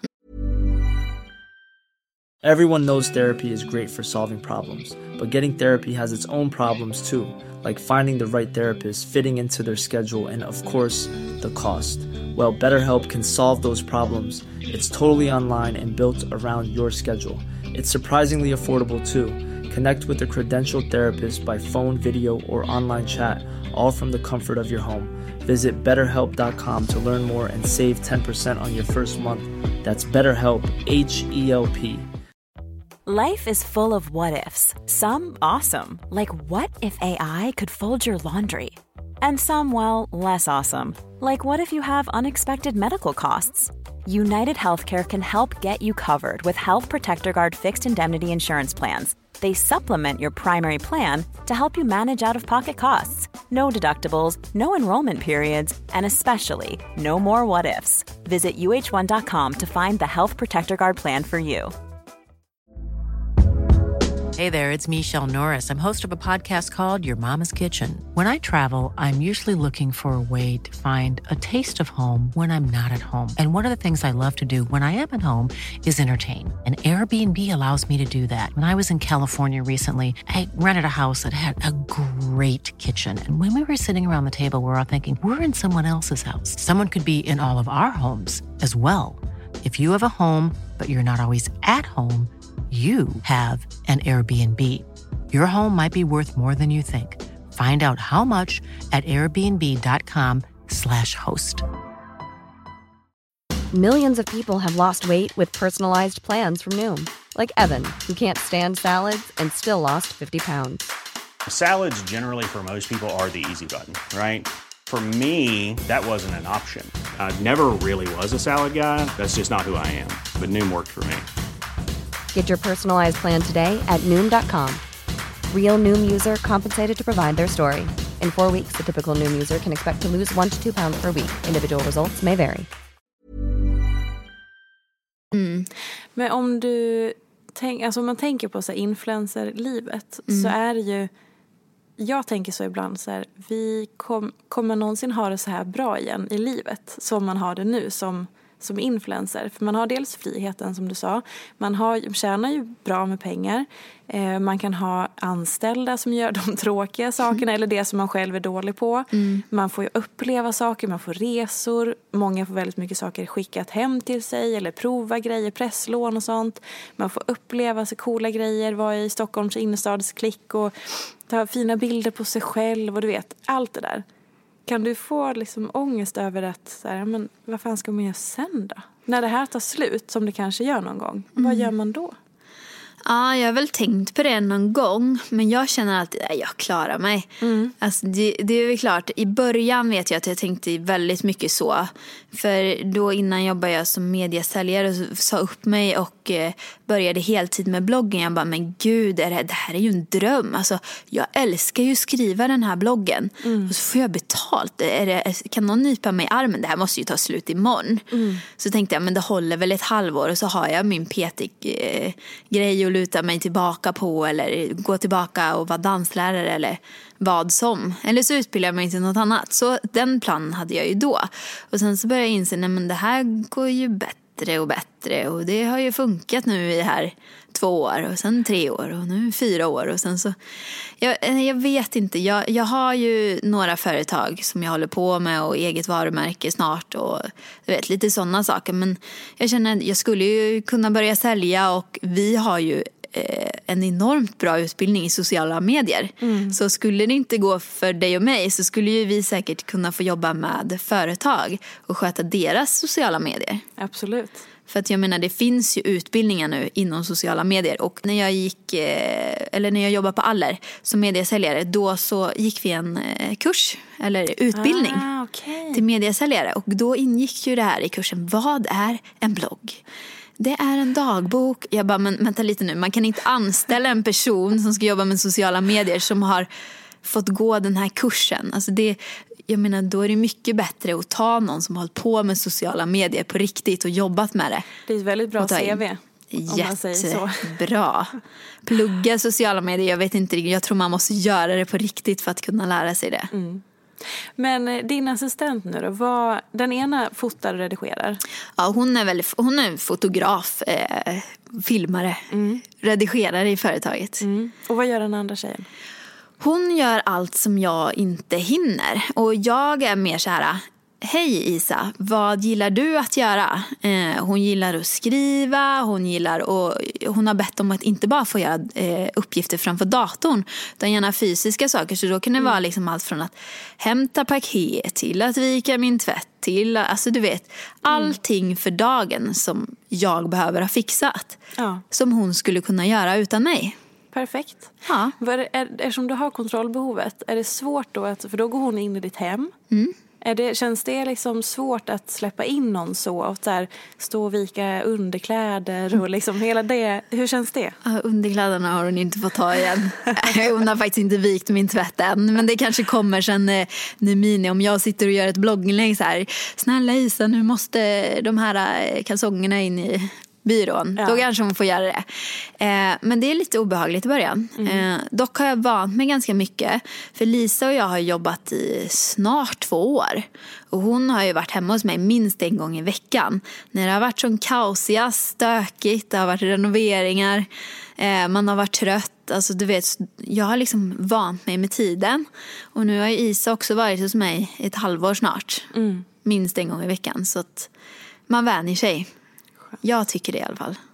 Everyone knows therapy is great for solving problems, but getting therapy has its own problems too, like finding the right therapist, fitting into their schedule, and of course, the cost. Well, BetterHelp can solve those problems. It's totally online and built around your schedule. It's surprisingly affordable too. Connect with a credentialed therapist by phone, video, or online chat, all from the comfort of your home. Visit better help dot com to learn more and save ten percent on your first month. That's BetterHelp, H E L P. Life is full of what-ifs. Some awesome, like what if A I could fold your laundry? And some, well, less awesome, like what if you have unexpected medical costs? United Healthcare can help get you covered with Health Protector Guard fixed indemnity insurance plans. They supplement your primary plan to help you manage out-of-pocket costs. No deductibles, no enrollment periods, and especially no more what-ifs. Visit U H one dot com to find the Health Protector Guard plan for you. Hey there, it's Michelle Norris. I'm host of a podcast called Your Mama's Kitchen. When I travel, I'm usually looking for a way to find a taste of home when I'm not at home. And one of the things I love to do when I am at home is entertain. And Airbnb allows me to do that. When I was in California recently, I rented a house that had a great kitchen. And when we were sitting around the table, we were all thinking, we're in someone else's house. Someone could be in all of our homes as well. If you have a home, but you're not always at home, you have an Airbnb. Your home might be worth more than you think. Find out how much at airbnb.com slash host. Millions of people have lost weight with personalized plans from Noom. Like Evan, who can't stand salads and still lost fifty pounds. Salads generally for most people are the easy button, right? For me, that wasn't an option. I never really was a salad guy. That's just not who I am. But Noom worked for me. Get your personalized plan today at Noom dot com. Real Noom user compensated to provide their story. In four weeks, the typical Noom user can expect to lose one to two pounds per week. Individual results may vary. Mm. Men om du tänk, alltså om man tänker på så här influencerlivet, mm. så är det ju, jag tänker så ibland så här, vi kom, kommer någonsin ha det så här bra igen i livet som man har det nu som som influencer. För man har dels friheten som du sa. Man har, tjänar ju bra med pengar. Eh, man kan ha anställda som gör de tråkiga sakerna mm. eller det som man själv är dålig på. Mm. Man får ju uppleva saker, man får resor. Många får väldigt mycket saker skickat hem till sig eller prova grejer, presslån och sånt. Man får uppleva så coola grejer, vara i Stockholms innerstadsklick och ta fina bilder på sig själv och du vet, allt det där. Kan du få liksom ångest över att så här, men vad fan ska man göra sen då? När det här tar slut, som det kanske gör någon gång, mm. vad gör man då? Ja, jag har väl tänkt på det någon gång. Men jag känner alltid att jag klarar mig. Mm. Alltså, det, det är väl klart. I början vet jag att jag tänkte väldigt mycket så. För då innan jobbade jag som mediesäljare och sa upp mig och eh, började heltid med bloggen. Jag bara, men gud, är det, det här är ju en dröm. Alltså, jag älskar ju att skriva den här bloggen. Mm. Och så får jag betalt. Är det, kan någon nypa mig i armen? Det här måste ju ta slut imorgon. Mm. Så tänkte jag, men det håller väl ett halvår. Och så har jag min P T-grej eh, och luta mig tillbaka på eller gå tillbaka och vara danslärare eller vad som. Eller så utbildar jag mig till något annat. Så den planen hade jag ju då. Och sen så började jag inse, nej men det här går ju bättre och bättre. Och det har ju funkat nu i här två år och sen tre år och nu fyra år. Och sen så, jag, jag vet inte, jag, jag har ju några företag som jag håller på med och eget varumärke snart och du vet, lite sådana saker. Men jag känner att jag skulle ju kunna börja sälja och vi har ju en enormt bra utbildning i sociala medier. Mm. Så skulle det inte gå för dig och mig så skulle ju vi säkert kunna få jobba med företag och sköta deras sociala medier. Absolut. För att jag menar, det finns ju utbildningar nu inom sociala medier. Och när jag gick, eller när jag jobbade på Aller som mediesäljare, då så gick vi en kurs eller utbildning ah, okay. till mediesäljare. Och då ingick ju det här i kursen, vad är en blogg? Det är en dagbok. Jag bara, men vänta lite nu. Man kan inte anställa en person som ska jobba med sociala medier som har fått gå den här kursen. Alltså det, jag menar, då är det mycket bättre att ta någon som har hållit på med sociala medier på riktigt och jobbat med det. Det är ett väldigt bra C V. Jättebra. Plugga sociala medier, jag vet inte. Jag tror man måste göra det på riktigt för att kunna lära sig det. Mm. Men din assistent nu då, vad, den ena fotar och redigerar? Ja, hon är väl hon är fotograf, eh, filmare, mm. redigerare i företaget. Mm. Och vad gör den andra tjejen? Hon gör allt som jag inte hinner. Och jag är mer så här, hej Isa, vad gillar du att göra? Eh, hon gillar att skriva, hon gillar och hon har bett om att inte bara få göra eh, uppgifter framför datorn, utan gärna fysiska saker. Så då kan det mm. vara liksom allt från att hämta paket till att vika min tvätt till, alltså du vet, allting för dagen som jag behöver ha fixat. Ja. Som hon skulle kunna göra utan mig. Perfekt. Ja. Eftersom du har kontrollbehovet, är det svårt då att, för då går hon in i ditt hem. Mm. Är det, känns det liksom svårt att släppa in någon så och så här, stå och vika underkläder och liksom hela det, hur känns det? Ja, underkläderna har hon inte fått ta igen. Hon har faktiskt inte vikt min tvätt än, men det kanske kommer sen eh, Numini, om jag sitter och gör ett blogginlägg så här, snälla Isa, nu måste de här kalsongerna in i byrån. Ja. Då kanske hon får göra det. Eh, men det är lite obehagligt i början. Mm. Eh, dock har jag vant mig ganska mycket. För Lisa och jag har jobbat i snart två år. Och hon har ju varit hemma hos mig minst en gång i veckan. När det har varit sån kaosigast, stökigt, det har varit renoveringar. Eh, man har varit trött. Alltså du vet, jag har liksom vant mig med tiden. Och nu har ju Isa också varit hos mig ett halvår snart. Mm. Minst en gång i veckan. Så att man vänjer sig. Jag tycker det i alla fall.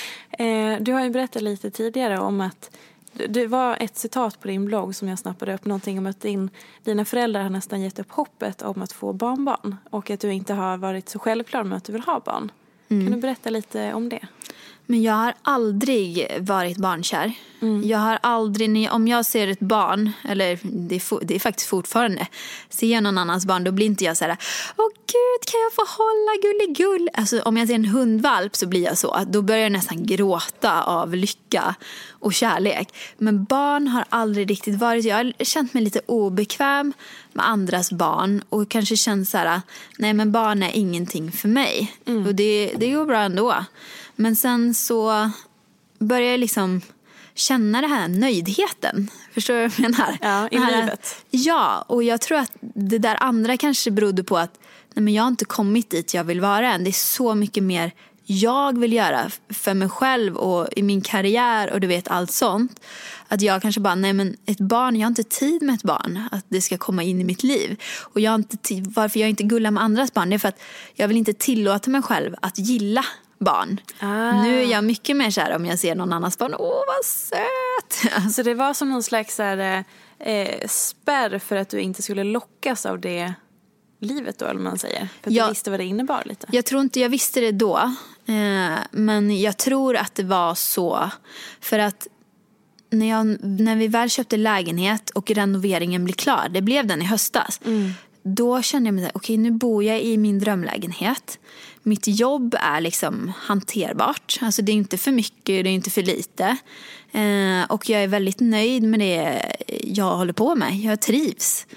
Eh, du har ju berättat lite tidigare om att det var ett citat på din blogg som jag snappade upp. Någonting om att din, dina föräldrar har nästan gett upp hoppet om att få barnbarn. Och att du inte har varit så självklar med att du vill ha barn. Mm. Kan du berätta lite om det? Men jag har aldrig varit barnkär. Mm. Jag har aldrig, om jag ser ett barn, eller det är, det är faktiskt fortfarande, ser jag någon annans barn, då blir inte jag så här: åh gud, kan jag få hålla gulligull? Alltså om jag ser en hundvalp så blir jag så. Då börjar jag nästan gråta av lycka och kärlek. Men barn har aldrig riktigt varit. Jag har känt mig lite obekväm med andras barn. Och kanske känt så här: nej men barn är ingenting för mig. Mm. Och det, det går bra ändå. Men sen så börjar jag liksom känna det här nöjdheten. Förstår du vad jag menar? Ja, i här, livet. Ja, och jag tror att det där andra kanske berodde på att nej, men jag har inte kommit dit jag vill vara än. Det är så mycket mer jag vill göra för mig själv och i min karriär och du vet allt sånt. Att jag kanske bara, nej men ett barn, jag har inte tid med ett barn. Att det ska komma in i mitt liv. Och jag har inte tid, varför jag inte gullar med andras barn, det är för att jag vill inte tillåta mig själv att gilla barn. Ah. Nu är jag mycket mer kär om jag ser någon annans barn. Åh, vad söt! Så det var som någon slags här, eh, spärr för att du inte skulle lockas av det livet då, eller man säger. För att jag, du visste vad det innebar lite. Jag tror inte jag visste det då. Eh, men jag tror att det var så. För att när, jag, när vi väl köpte lägenhet och renoveringen blev klar, det blev den i höstas. Mm. Då kände jag mig okej, okay, nu bor jag i min drömlägenhet. Mitt jobb är liksom hanterbart. Alltså det är inte för mycket, det är inte för lite. Eh, och jag är väldigt nöjd med det jag håller på med. Jag trivs.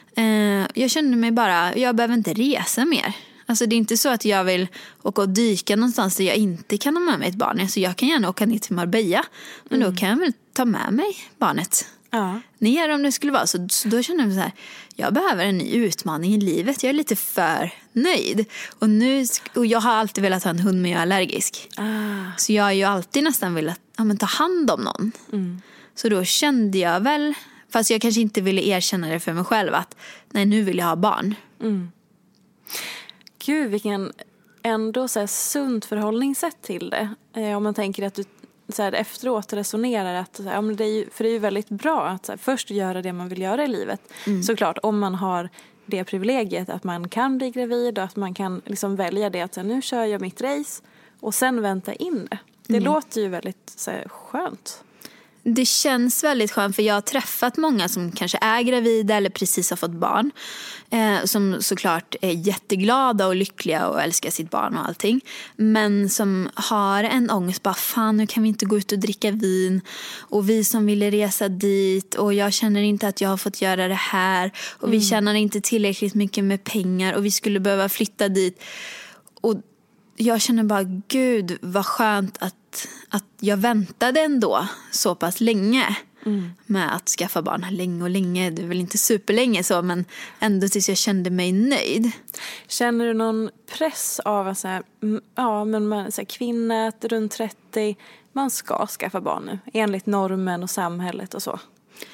Eh, jag känner mig bara, jag behöver inte resa mer. Alltså det är inte så att jag vill åka och dyka någonstans där jag inte kan ha med mig ett barn. Alltså jag kan gärna åka ner till Marbella. Men mm. då kan jag väl ta med mig barnet. Ja. Ner om det skulle vara så, så då känner jag så här, jag behöver en ny utmaning i livet. Jag är lite för nöjd. Och, nu, och jag har alltid velat ha en hund, men jag är allergisk. Ah. Så jag har ju alltid nästan velat ja, men ta hand om någon. Mm. Så då kände jag väl, fast jag kanske inte ville erkänna det för mig själv, att nej, nu vill jag ha barn. Mm. Gud, vilken ändå så här sunt förhållningssätt till det. Eh, om man tänker att du så här, efteråt resonerar att så här, ja, men det är ju, för det är ju väldigt bra att så här, först göra det man vill göra i livet. Mm. Såklart, om man har det privilegiet att man kan bli gravid och att man kan liksom välja det att så här, nu kör jag mitt race och sen vänta in det. Det mm. låter ju väldigt så här, skönt. Det känns väldigt skönt, för jag har träffat många som kanske är gravida eller precis har fått barn. Eh, som såklart är jätteglada och lyckliga och älskar sitt barn och allting. Men som har en ångest, bara fan, nu kan vi inte gå ut och dricka vin. Och vi som ville resa dit, och jag känner inte att jag har fått göra det här. Och mm. vi tjänar inte tillräckligt mycket med pengar och vi skulle behöva flytta dit. Och jag känner bara, gud vad skönt att att jag väntade ändå så pass länge mm. med att skaffa barn. Länge och länge, det är väl inte superlänge så, men ändå tills jag kände mig nöjd. Känner du någon press av att så här, ja, men man, så här, kvinna runt trettio, man ska skaffa barn nu enligt normen och samhället och så?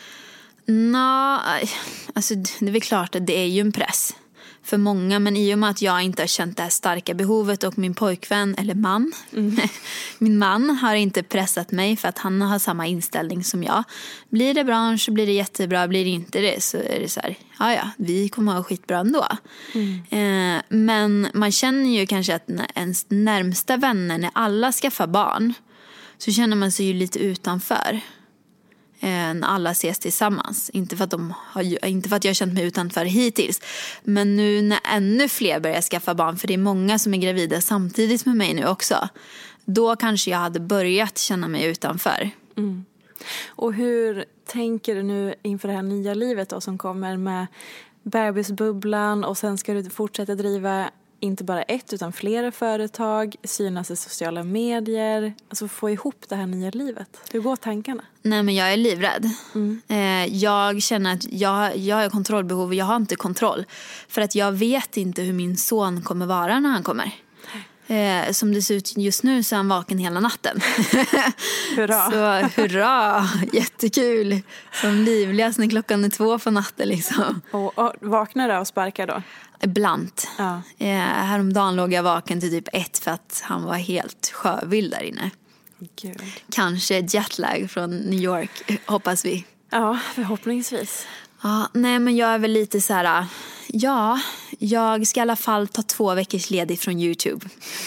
Nå, alltså det är väl klart att det är ju en press för många, men i och med att jag inte har känt det här starka behovet och min pojkvän, eller man, mm. min man har inte pressat mig för att han har samma inställning som jag. Blir det bra så blir det jättebra, blir det inte det så är det så här, ja ja, vi kommer att ha skitbra ändå. Mm. Eh, men man känner ju kanske att ens närmsta vänner, när alla skaffar barn, så känner man sig ju lite utanför. När alla ses tillsammans. Inte för att de har, inte för att jag har känt mig utanför hittills. Men nu när ännu fler börjar skaffa barn, för det är många som är gravida samtidigt med mig nu också, då kanske jag hade börjat känna mig utanför. Mm. Och hur tänker du nu inför det här nya livet då, som kommer med bebisbubblan, och sen ska du fortsätta driva inte bara ett utan flera företag, synas i sociala medier, alltså få ihop det här nya livet. Hur går tankarna? Nej, men jag är livrädd. Mm. Eh, jag känner att jag, jag har kontrollbehov och jag har inte kontroll. För att jag vet inte hur min son kommer vara när han kommer. Eh, som det ser ut just nu så är han vaken hela natten. Hurra! Så hurra, jättekul. Som livligast när klockan är två på natten liksom. Och, och vaknar du och sparkar då? Ibland. Ja. Eh, häromdagen låg jag vaken till typ ett för att han var helt sjövild där inne. Gud. Kanske jetlag från New York, hoppas vi. Ja, förhoppningsvis. Ja, nej men jag är väl lite så här. Ja, jag ska i alla fall ta två veckors ledig från YouTube.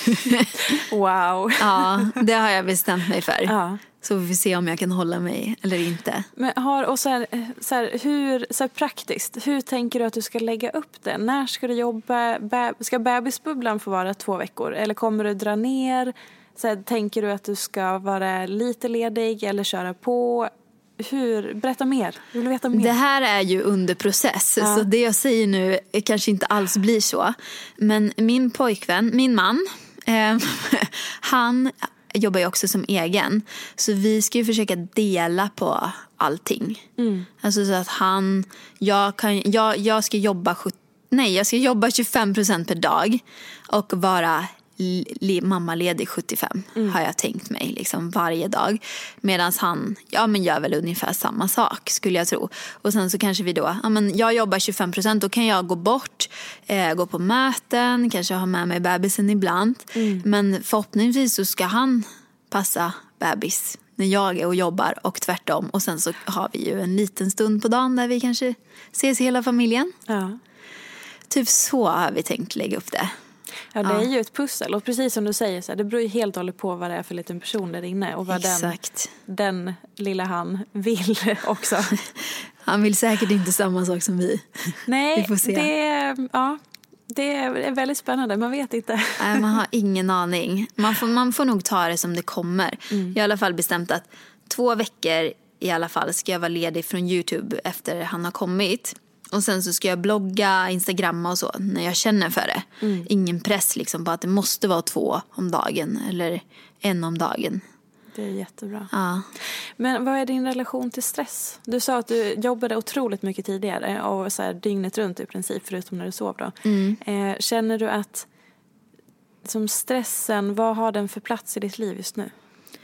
Wow. Ja, det har jag bestämt mig för. Ja. Så vi får se om jag kan hålla mig eller inte. Men har, och så här, så här, hur, så här praktiskt, hur tänker du att du ska lägga upp det? När ska du jobba? Bä, ska bebisbubblan få vara två veckor? Eller kommer du dra ner? Så här, tänker du att du ska vara lite ledig eller köra på? Hur? Berätta mer. Jag vill veta mer. Det här är ju under process. Ja. Så det jag säger nu kanske inte alls blir så. Men min pojkvän, min man, eh, han jobbar ju också som egen. Så vi ska ju försöka dela på allting. Mm. Alltså så att han, jag, kan, jag, jag ska jobba nej, jag ska jobba tjugofem procent per dag och vara li, mammaledig sjuttiofem mm. har jag tänkt mig liksom varje dag. Medan han, ja men gör väl ungefär samma sak skulle jag tro. Och sen så kanske vi då, ja men jag jobbar tjugofem procent, då kan jag gå bort, eh, gå på möten, kanske ha med mig bebisen ibland. Mm. Men förhoppningsvis så ska han passa bebis när jag är och jobbar och tvärtom. Och sen så har vi ju en liten stund på dagen där vi kanske ses hela familjen. Ja. Typ så har vi tänkt lägga upp det. Ja, det är ju ett pussel. Och precis som du säger, så här, det beror ju helt och hållet på vad det är för liten person där inne. Och vad den, den lilla han vill också. Han vill säkert inte samma sak som vi. Nej, vi får se. Det, ja, det är väldigt spännande. Man vet inte. Nej, man har ingen aning. Man får, man får nog ta det som det kommer. Mm. Jag har i alla fall bestämt att två veckor i alla fall ska jag vara ledig från YouTube efter han har kommit. Och sen så ska jag blogga, instagramma och så när jag känner för det. Mm. Ingen press liksom på att det måste vara två om dagen eller en om dagen. Det är jättebra. Ja. Men vad är din relation till stress? Du sa att du jobbade otroligt mycket tidigare och så här dygnet runt i princip, förutom när du sov då. Mm. Eh, känner du att som stressen, vad har den för plats i ditt liv just nu?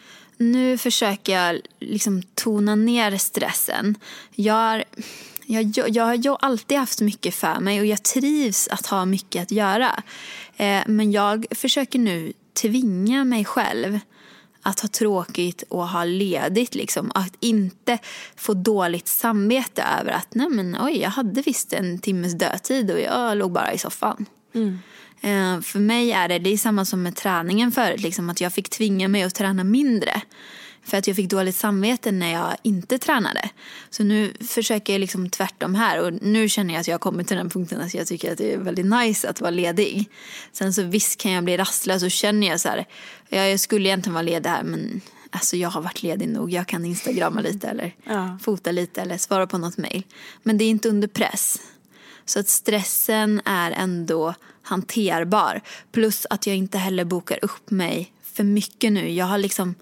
Nu försöker jag liksom tona ner stressen. Jag har, jag, jag har jag alltid haft mycket för mig och jag trivs att ha mycket att göra. Eh, men jag försöker nu tvinga mig själv att ha tråkigt och ha ledigt. Liksom. Att inte få dåligt samvete över att nej men, oj, jag hade visst en timmes dödtid och jag låg bara i soffan. Mm. Uh, för mig är det, det är samma som med träningen förut. Liksom, att jag fick tvinga mig att träna mindre. För att jag fick dåligt samvete när jag inte tränade. Så nu försöker jag liksom tvärtom här. Och nu känner jag att jag har kommit till den punkten att jag tycker att det är väldigt nice att vara ledig. Sen så visst kan jag bli rastlös och känner jag så här. Ja, jag skulle egentligen vara ledig här men alltså jag har varit ledig nog. Jag kan instagramma lite eller ja. fota lite eller svara på något mejl. Men det är inte under press. Så att stressen är ändå hanterbar. Plus att jag inte heller bokar upp mig för mycket nu. Jag har liksom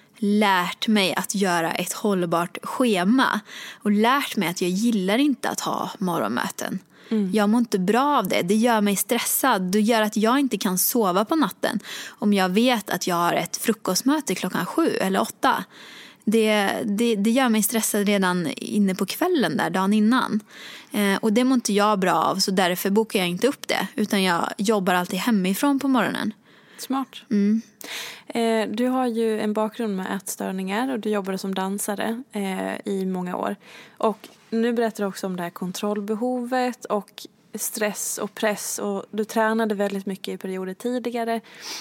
lärt mig att göra ett hållbart schema. Och lärt mig att jag gillar inte att ha morgonmöten. Mm. Jag mår inte bra av det. Det gör mig stressad. Det gör att jag inte kan sova på natten. Om jag vet att jag har ett frukostmöte klockan sju eller åtta. Det, det, det gör mig stressad redan inne på kvällen där, dagen innan. Eh, och det mår inte jag bra av, så därför bokar jag inte upp det. Utan jag jobbar alltid hemifrån på morgonen. Smart. Mm. Eh, du har ju en bakgrund med ätstörningar och du jobbade som dansare eh, i många år. Och nu berättar du också om det här kontrollbehovet och stress och press. Och du tränade väldigt mycket i perioder tidigare.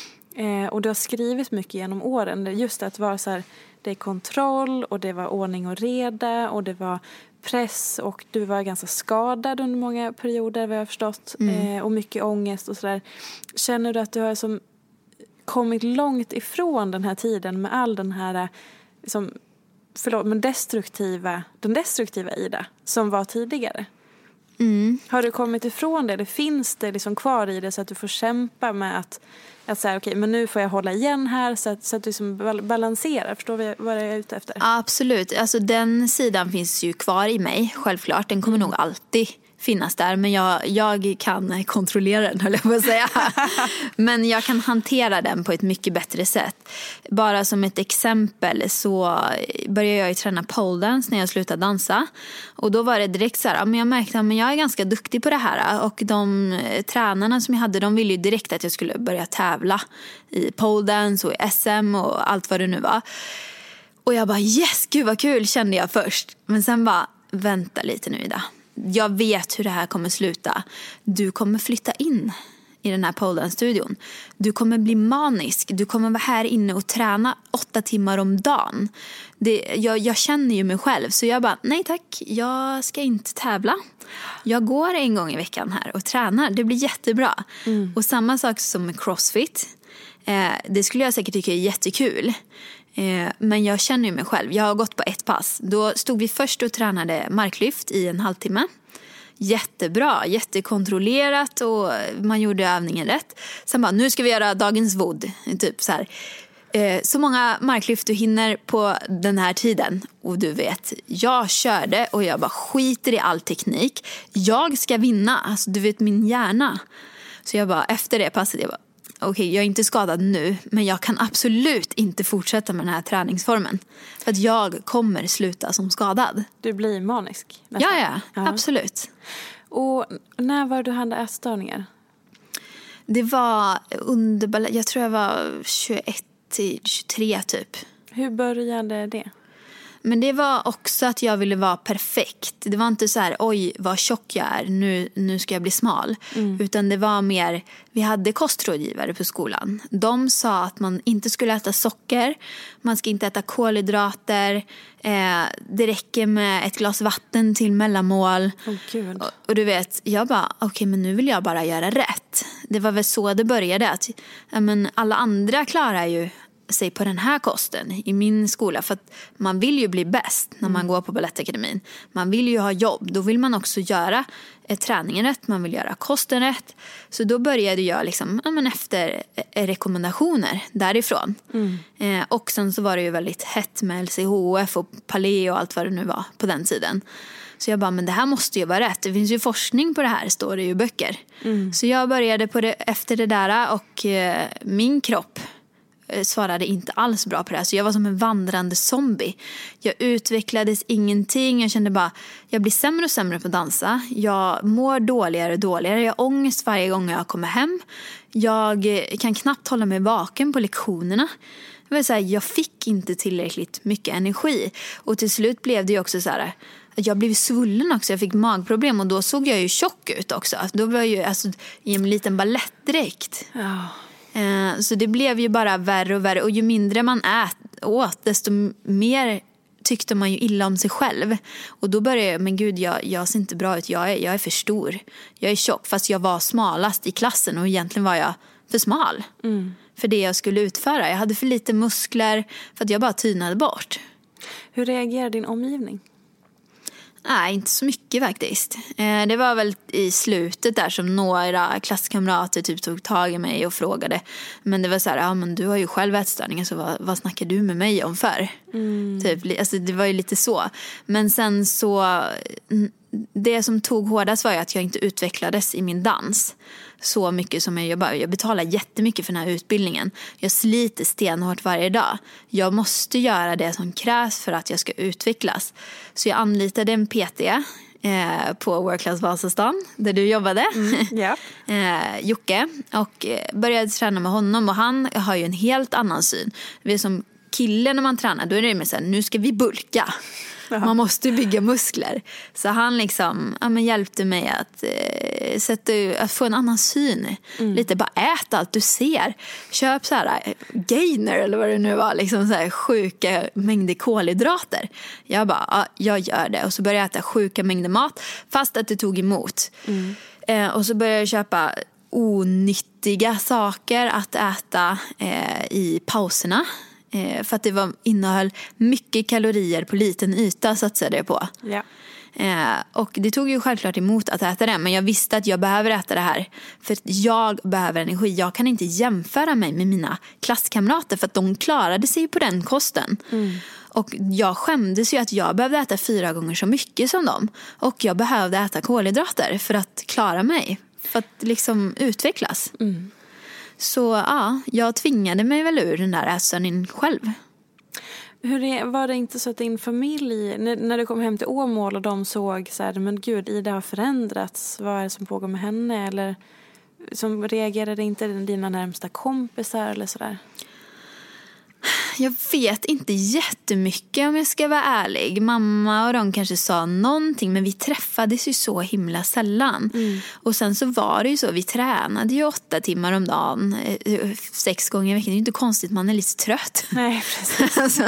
Eh, och du har skrivit mycket genom åren. Just att vara så här, det är kontroll och det var ordning och reda och det var press och du var ganska skadad under många perioder vad jag har förstått. Mm. Eh, och mycket ångest och sådär. Känner du att du har som kommit långt ifrån den här tiden med all den här liksom, förlåt, men destruktiva, den destruktiva Ida som var tidigare? Mm. Har du kommit ifrån det? Det finns det liksom kvar i det så att du får kämpa med att, att säga okej, okay, men nu får jag hålla igen här så att, så att du liksom balanserar. Förstår vi vad jag är ute efter? Absolut. Alltså den sidan finns ju kvar i mig, självklart. Den kommer mm. nog alltid finnas där, men jag, jag kan kontrollera den, höll jag på att säga. Men jag kan hantera den på ett mycket bättre sätt. Bara som ett exempel så började jag ju träna pole dance när jag slutade dansa. Och då var det direkt så här, men jag märkte att jag är ganska duktig på det här. Och de tränarna som jag hade, de ville ju direkt att jag skulle börja tävla i pole dance och i S M och allt vad det nu var. Och jag bara, yes, gud vad kul, kände jag först. Men sen bara, vänta lite nu Ida. Jag vet hur det här kommer sluta. Du kommer flytta in i den här pole dance-studion. Du kommer bli manisk. Du kommer vara här inne och träna åtta timmar om dagen. Det, jag, jag känner ju mig själv. Så jag bara, nej tack, jag ska inte tävla. Jag går en gång i veckan här och tränar. Det blir jättebra. Mm. Och samma sak som med CrossFit. Eh, det skulle jag säkert tycka är jättekul. Men jag känner ju mig själv. Jag har gått på ett pass. Då stod vi först och tränade marklyft i en halvtimme. Jättebra, jättekontrollerat och man gjorde övningen rätt. Sen bara, nu ska vi göra dagens vod. Typ så här. Så många marklyft du hinner på den här tiden. Och du vet, jag körde och jag bara skiter i all teknik. Jag ska vinna, alltså du vet min hjärna. Så jag bara, efter det passet, jag bara, okej, okay, jag är inte skadad nu, men jag kan absolut inte fortsätta med den här träningsformen. För att jag kommer sluta som skadad. Du blir manisk? Ja, ja, ja, absolut. Och när var du hade ätstörningar? Det var under, jag tror jag var tjugoett till tjugotre typ. Hur började det? Men det var också att jag ville vara perfekt. Det var inte så här, oj vad tjock jag är, nu, nu ska jag bli smal. Mm. Utan det var mer, vi hade kostrådgivare på skolan. De sa att man inte skulle äta socker, man ska inte äta kolhydrater. Eh, det räcker med ett glas vatten till mellanmål. Oh, Gud. Och, och du vet, jag bara, okej okay, men nu vill jag bara göra rätt. Det var väl så det började. Att, ja, men alla andra klarar ju sig på den här kosten i min skola, för att man vill ju bli bäst när man mm. går på Balettakademin. Man vill ju ha jobb, då vill man också göra eh, träningen rätt, man vill göra kosten rätt. Så då började jag liksom, ja, men efter eh, rekommendationer därifrån. Mm. Eh, och sen så var det ju väldigt hett med L C H F och Paleo och allt vad det nu var på den tiden. Så jag bara, men det här måste ju vara rätt. Det finns ju forskning på det här, står det ju i böcker. Mm. Så jag började på det, efter det där, och eh, min kropp svarade inte alls bra på det här. Så jag var som en vandrande zombie. Jag utvecklades ingenting. Jag kände bara, jag blir sämre och sämre på att dansa. Jag mår dåligare och dåligare. Jag har ångest varje gång jag kommer hem. Jag kan knappt hålla mig vaken på lektionerna. Det var så här, jag fick inte tillräckligt mycket energi. Och till slut blev det ju också så här, jag blev svullen också. Jag fick magproblem och då såg jag ju tjock ut också. Då var jag ju alltså, i en liten ballettdräkt. Ja. Så det blev ju bara värre och värre. Och ju mindre man ät, åt, desto mer tyckte man ju illa om sig själv. Och då började jag, men gud, jag, jag ser inte bra ut. Jag är, jag är för stor. Jag är tjock, fast jag var smalast i klassen. Och egentligen var jag för smal mm. för det jag skulle utföra. Jag hade för lite muskler för att jag bara tynade bort. Hur reagerade din omgivning? Nej, inte så mycket faktiskt. Eh, det var väl i slutet där som några klasskamrater typ tog tag i mig och frågade. Men det var så här, ja men du har ju själv ätstörningar, så vad, vad snackar du med mig om för? Mm. Typ, alltså det var ju lite så. Men sen så, det som tog hårdast var ju att jag inte utvecklades i min dans så mycket som jag jobbar. Jag betalar jättemycket för den här utbildningen. Jag sliter stenhårt varje dag. Jag måste göra det som krävs för att jag ska utvecklas. Så jag anlitade en P T eh, på World Class Vasastan, där du jobbade. Mm, yeah. eh, Jocke. Och började träna med honom. Och han har ju en helt annan syn. Det är som kille när man tränar. Då är det mer så här, nu ska vi bulka. Jaha. Man måste bygga muskler. Så han liksom, ja, men hjälpte mig att, eh, sätta, att få en annan syn. Mm. Lite bara ät allt du ser. Köp så här gainer eller vad det nu var. Liksom så här sjuka mängder kolhydrater. Jag bara, ja, jag gör det. Och så började jag äta sjuka mängder mat. Fast att det tog emot. Mm. Eh, och så började jag köpa onyttiga saker att äta eh, i pauserna. Eh, för att det var, innehöll mycket kalorier på liten yta, satsade jag på. Ja. Eh, och det tog ju självklart emot att äta det. Men jag visste att jag behöver äta det här. För att jag behöver energi. Jag kan inte jämföra mig med mina klasskamrater. För att de klarade sig på den kosten. Mm. Och jag skämdes ju att jag behövde äta fyra gånger så mycket som dem. Och jag behövde äta kolhydrater för att klara mig. För att liksom utvecklas. Mm. Så ja, jag tvingade mig väl ur den där ätstörningen själv. Hur är, var det inte så att din familj, när, när du kom hem till Åmål och de såg så här, men gud, Ida har förändrats, vad är det som pågår med henne? Eller som reagerade inte dina närmsta kompisar eller sådär? Jag vet inte jättemycket om jag ska vara ärlig. Mamma och de kanske sa någonting, men vi träffades ju så himla sällan. Mm. Och sen så var det ju så, vi tränade ju åtta timmar om dagen, sex gånger i veckan. Det är ju inte konstigt, man är lite trött. Nej, precis. Alltså,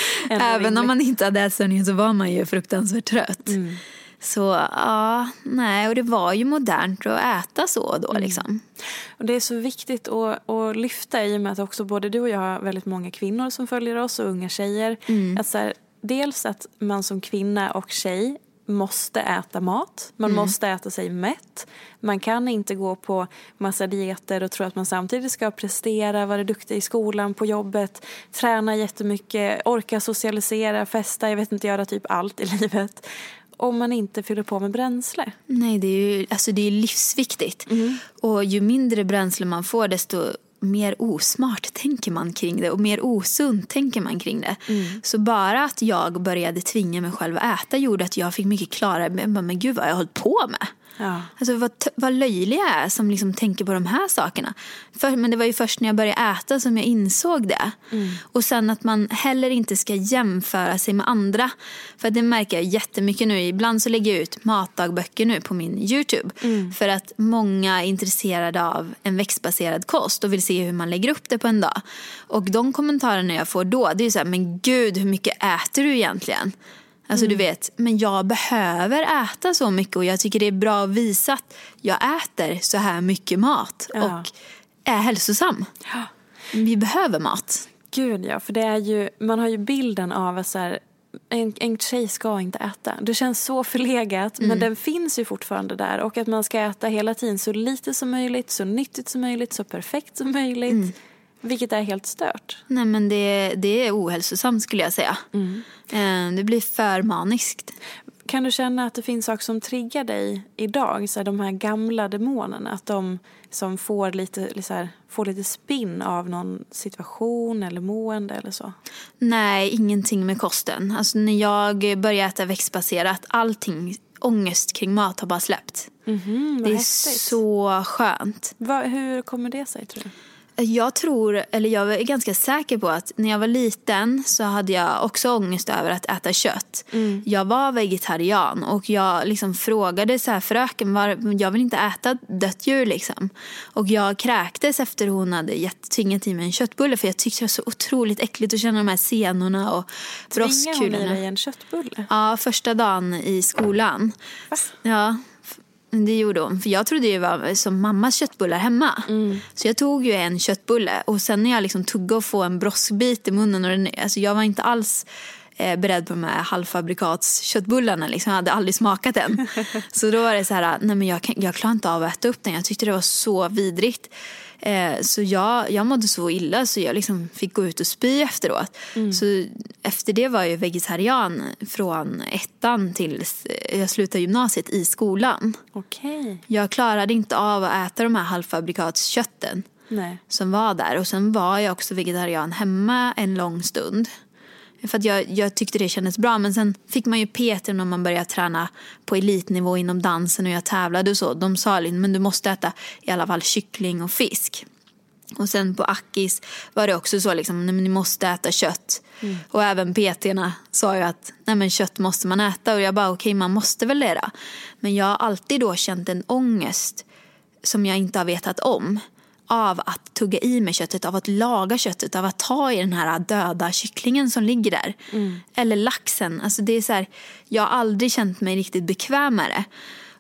även om man inte hade ätstörningen så var man ju fruktansvärt trött. Mm. Så ja, nej, och det var ju modernt att äta så då liksom. Mm. Och det är så viktigt att, att lyfta i och med att också både du och jag har väldigt många kvinnor som följer oss och unga tjejer. Mm. Att så här, dels att man som kvinna och tjej måste äta mat. Man mm. måste äta sig mätt. Man kan inte gå på massa dieter och tro att man samtidigt ska prestera, vara duktig i skolan, på jobbet, träna jättemycket, orka socialisera, festa, jag vet inte, göra typ allt i livet. Om man inte fyller på med bränsle. Nej, det är ju alltså det är livsviktigt. Mm. Och ju mindre bränsle man får, desto mer osmart tänker man kring det. Och mer osunt tänker man kring det. Mm. Så bara att jag började tvinga mig själv att äta gjorde att jag fick mycket klarare. Men, men gud vad jag har hållit på med. Ja. Alltså vad, vad löjlig jag är som liksom tänker på de här sakerna. För, men det var ju först när jag började äta som jag insåg det. Mm. Och sen att man heller inte ska jämföra sig med andra. För det märker jag jättemycket nu. Ibland så lägger jag ut matdagböcker nu på min YouTube. Mm. För att många är intresserade av en växtbaserad kost och vill se hur man lägger upp det på en dag. Och de kommentarerna jag får då, det är så här, men gud, hur mycket äter du egentligen? Alltså mm. du vet, men jag behöver äta så mycket och jag tycker det är bra att visa att jag äter så här mycket mat ja. och är hälsosam. Ja. Vi behöver mat. Gud ja, för det är ju, man har ju bilden av att så här, en, en tjej ska inte äta. Det känns så förlegat, mm. men den finns ju fortfarande där. Och att man ska äta hela tiden så lite som möjligt, så nyttigt som möjligt, så perfekt som möjligt. Mm. Vilket är helt stört. Nej, men det, det är ohälsosamt skulle jag säga. Mm. Det blir för maniskt. Kan du känna att det finns saker som triggar dig idag? Så här, de här gamla demonerna. Att de som får lite, så här, får lite spinn av någon situation eller mående eller så? Nej, ingenting med kosten. Alltså när jag började äta växtbaserat, allting, ångest kring mat har bara släppt. Mm-hmm, det är häftigt. Så skönt. Va, hur kommer det sig tror du? Jag tror, eller jag är ganska säker på att när jag var liten så hade jag också ångest över att äta kött. Mm. Jag var vegetarian och jag liksom frågade så här, fröken, var, jag vill inte äta dött djur liksom. Och jag kräktes efter hon hade tvingat i mig en köttbulle för jag tyckte det var så otroligt äckligt att känna de här senorna och bröstkulorna. Tvingade hon i dig en köttbulle? Ja, första dagen i skolan. Va? Ja. Det gjorde hon, för jag trodde det var som mammas köttbullar hemma. Mm. Så jag tog ju en köttbulle och sen när jag liksom tog och få en broskbit i munnen och den, alltså jag var inte alls eh, beredd på de här halvfabrikats köttbullarna liksom. Jag hade aldrig smakat den. Så då var det så här, nej men jag, kan, jag klarar inte av att äta upp den. Jag tyckte det var så vidrigt. Eh, så jag, jag mådde så illa så jag liksom fick gå ut och spy efteråt. Mm. Så efter det var jag vegetarian från ettan till jag slutade gymnasiet i skolan. Okay. Jag klarade inte av att äta de här halvfabrikatskötten Nej. Som var där. Och sen var jag också vegetarian hemma en lång stund. För att jag, jag tyckte det kändes bra. Men sen fick man ju Peter när man började träna på elitnivå inom dansen och jag tävlade och så. De sa liksom, men du måste äta i alla fall kyckling och fisk. Och sen på Akis var det också så liksom, nej men ni måste äta kött. Mm. Och även P T-erna sa ju att nej men kött måste man äta. Och jag bara okej, okay, man måste väl det. Men jag har alltid då känt en ångest som jag inte har vetat om. Av att tugga i med köttet, av att laga köttet, av att ta i den här döda kycklingen som ligger där. Mm. Eller laxen. Alltså det är så här, jag har aldrig känt mig riktigt bekväm med det.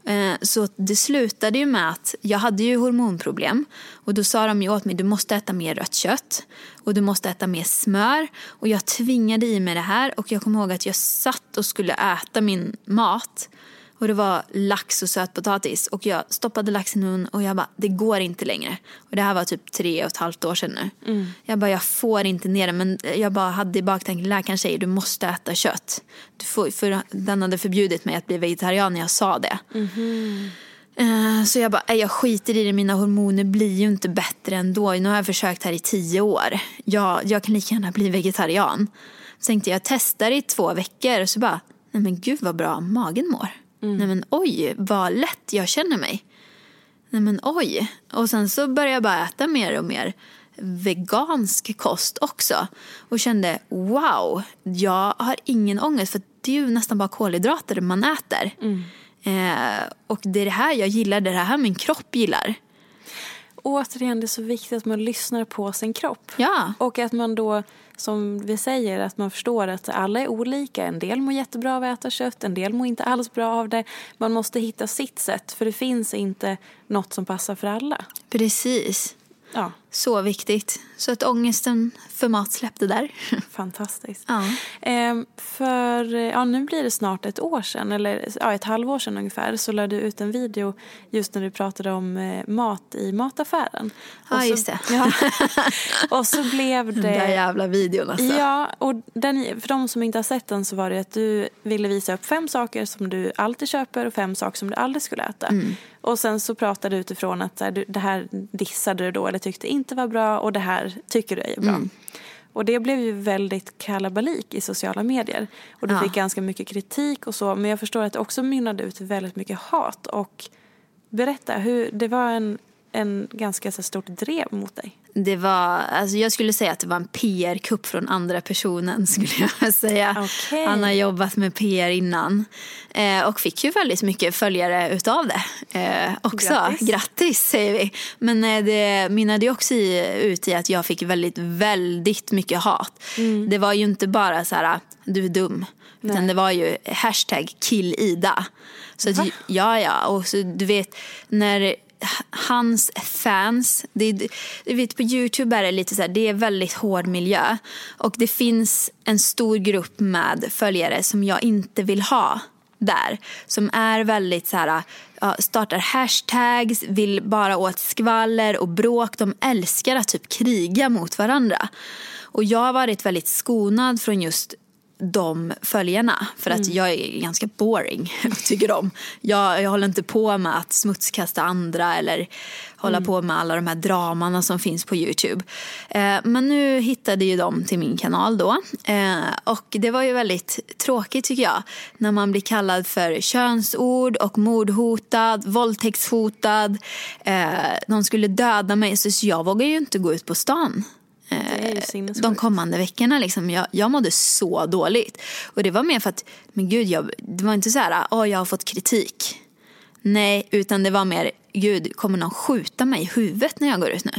Så det slutade ju med att jag hade ju hormonproblem. Och då sa de ju åt mig, du måste äta mer rött kött. Och du måste äta mer smör. Och jag tvingade i mig det här. Och jag kommer ihåg att jag satt och skulle äta min mat. Och det var lax och sötpotatis. Och jag stoppade laxen i munnen och jag bara, det går inte längre. Och det här var typ tre och ett halvt år sedan nu. Mm. Jag bara, jag får inte ner det. Men jag bara hade i baktanken, läkaren säger, du måste äta kött. Du får, för den hade förbjudit mig att bli vegetarian när jag sa det. Mm-hmm. Uh, så jag bara, jag skiter i det. Mina hormoner blir ju inte bättre ändå. Nu har jag försökt här i tio år. Jag, jag kan lika gärna bli vegetarian. Så tänkte jag, testar i två veckor. Och så bara, nej men gud vad bra magen mår. Mm. Nej men oj, vad lätt jag känner mig. Nej men oj. Och sen så började jag bara äta mer och mer vegansk kost också. Och kände, wow, jag har ingen ångest. För det är ju nästan bara kolhydrater man äter. Mm. Eh, och det är det här jag gillar, det är det här min kropp gillar. Återigen, det är så viktigt att man lyssnar på sin kropp. Ja. Och att man då, som vi säger, att man förstår att alla är olika. En del mår jättebra av att äta kött, en del mår inte alls bra av det. Man måste hitta sitt sätt, för det finns inte något som passar för alla. Precis. Ja. Så viktigt. Så att ångesten för mat släppte där. Fantastiskt. Ja. Ehm, för ja, nu blir det snart ett år sedan, eller ja, ett halvår sedan ungefär, så lade du ut en video just när du pratade om eh, mat i mataffären. Ja, och så, just det. Ja. Och så blev det... Den där jävla videon alltså. Ja, och den, för de som inte har sett den så var det att du ville visa upp fem saker som du alltid köper och fem saker som du aldrig skulle äta. Mm. Och sen så pratade du utifrån att så här, du, det här dissade du då eller tyckte inte var bra och det här tycker du är bra. Mm. Och det blev ju väldigt kalabalik i sociala medier. Och du ja. fick ganska mycket kritik och så. Men jag förstår att det också mynnade ut väldigt mycket hat. Och berätta, hur det var en, en ganska så stort drev mot dig. Det var, alltså jag skulle säga att det var en P R-kupp från andra personen, skulle jag säga. Okay. Han har jobbat med P R innan. Eh, och fick ju väldigt mycket följare utav det eh, också. Grattis. Grattis, säger vi. Men eh, det mynnade ju också i, ut i att jag fick väldigt, väldigt mycket hat. Mm. Det var ju inte bara så här, du är dum. Nej. Utan det var ju hashtag kill Ida. Så att, ja, ja. Och så du vet, när... hans fans, det, du vet, på YouTube är det lite så här, det är väldigt hård miljö och det finns en stor grupp med följare som jag inte vill ha där, som är väldigt så här, ja, startar hashtags, vill bara åt skvaller och bråk, de älskar att typ kriga mot varandra. Och jag har varit väldigt skonad från just de följarna, för att mm. jag är ganska boring, tycker de. Jag, jag håller inte på med att smutskasta andra eller hålla mm. på med alla de här dramarna som finns på YouTube. Eh, men nu hittade ju de till min kanal då. Eh, och det var ju väldigt tråkigt, tycker jag, när man blir kallad för könsord och mordhotad, våldtäktshotad. Eh, de skulle döda mig, så jag vågar ju inte gå ut på stan de kommande veckorna liksom. jag, jag mådde så dåligt. Och det var mer för att, men gud, jag, det var inte så här, åh, jag har fått kritik. Nej, utan det var mer, gud, kommer någon skjuta mig i huvudet när jag går ut nu?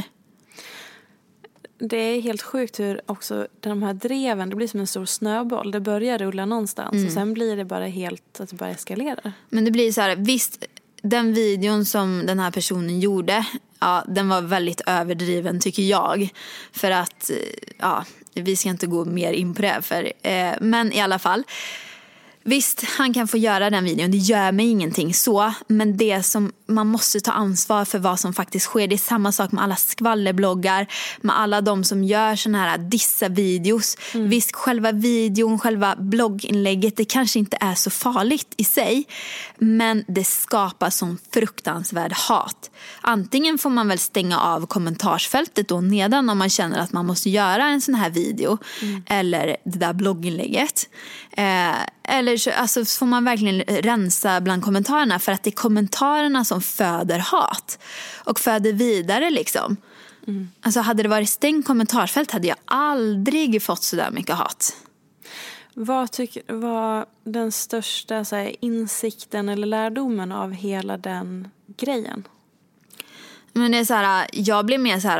Det är helt sjukt hur också de här dreven, det blir som en stor snöboll. Det börjar rulla någonstans mm. och sen blir det bara helt, att det bara eskalerar. Men det blir så här, visst, den videon som den här personen gjorde, ja, den var väldigt överdriven, tycker jag. För att, ja, vi ska inte gå mer in på det. För, eh, men i alla fall, visst, han kan få göra den videon. Det gör mig ingenting så. Men det som man måste ta ansvar för vad som faktiskt sker. Det är samma sak med alla skvallerbloggar. Med alla de som gör såna här dissa-videos. Mm. Visst, själva videon, själva blogginlägget, det kanske inte är så farligt i sig. Men det skapar sån fruktansvärd hat. Antingen får man väl stänga av kommentarsfältet då nedan om man känner att man måste göra en sån här video. Mm. Eller det där blogginlägget. Eh, eller så, alltså, får man verkligen rensa bland kommentarerna, för att det är kommentarerna som föder hat och föder vidare liksom. Mm. Alltså hade det varit stängt kommentarsfält hade jag aldrig fått så där mycket hat. Vad tycker var den största så här, insikten eller lärdomen av hela den grejen? Men det är så här, jag blev mer så här,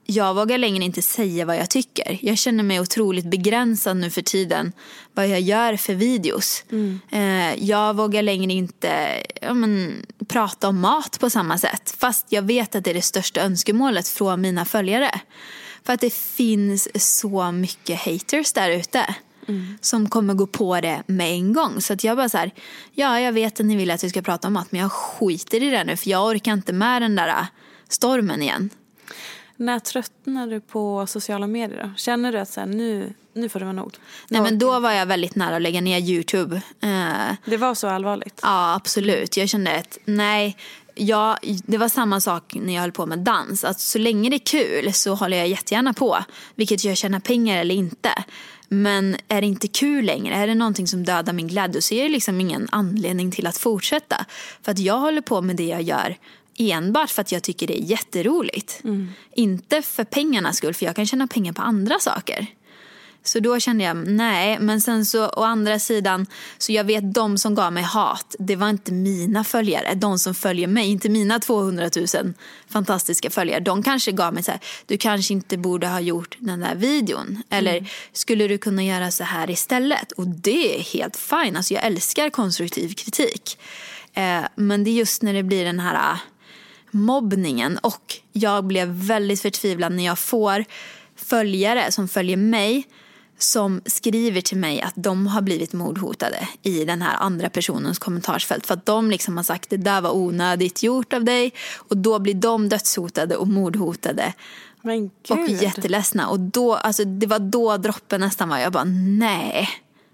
jag vågar längre inte säga vad jag tycker. Jag känner mig otroligt begränsad nu för tiden vad jag gör för videos. Mm. Eh, jag vågar längre inte ja, men, prata om mat på samma sätt. Fast jag vet att det är det största önskemålet från mina följare. För att det finns så mycket haters där ute. Mm. Som kommer gå på det med en gång. Så att jag bara så här, ja jag vet att ni vill att vi ska prata om mat, men jag skiter i det nu. För jag orkar inte med den där stormen igen. När tröttnar du på sociala medier då? Känner du att så här, nu, nu får det vara nog? Nej, men då var jag väldigt nära att lägga ner YouTube. Eh, det var så allvarligt? Ja, absolut. Jag kände att nej, jag, det var samma sak när jag höll på med dans. Att så länge det är kul så håller jag jättegärna på. Vilket jag tjänar pengar eller inte. Men är det inte kul längre, är det någonting som dödar min glädje, så är det liksom ingen anledning till att fortsätta. För att jag håller på med det jag gör enbart för att jag tycker det är jätteroligt. Mm. Inte för pengarnas skull, för jag kan tjäna pengar på andra saker. Så då kände jag, nej, men sen så å andra sidan, så jag vet de som gav mig hat, det var inte mina följare, de som följer mig, inte mina tvåhundratusen fantastiska följare. De kanske gav mig så här, du kanske inte borde ha gjort den där videon, eller mm. skulle du kunna göra så här istället? Och det är helt fine, alltså jag älskar konstruktiv kritik. Eh, men det är just när det blir den här mobbningen, och jag blev väldigt förtvivlad när jag får följare som följer mig som skriver till mig att de har blivit mordhotade i den här andra personens kommentarsfält, för att de liksom har sagt det där var onödigt gjort av dig, och då blir de dödshotade och mordhotade. Men Gud. Och jätteledsna, och då, alltså det var då droppen nästan var, jag bara nej,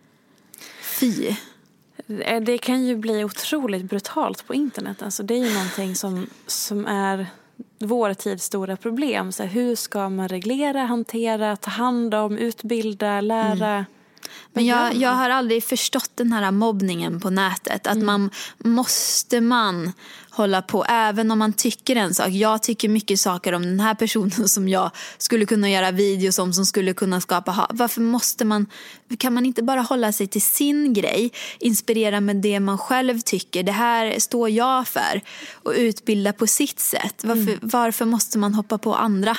fy. Det kan ju bli otroligt brutalt på internet. Alltså det är ju någonting som, som är vår tids stora problem. Så här, hur ska man reglera, hantera, ta hand om, utbilda, lära? Mm. Men jag, jag har aldrig förstått den här mobbningen på nätet. Att mm. man måste man hålla på, även om man tycker en sak. Jag tycker mycket saker om den här personen som jag skulle kunna göra videos om, som skulle kunna skapa ha. Varför måste man, kan man inte bara hålla sig till sin grej, inspirera med det man själv tycker, det här står jag för, och utbilda på sitt sätt. Varför, mm. varför måste man hoppa på andra?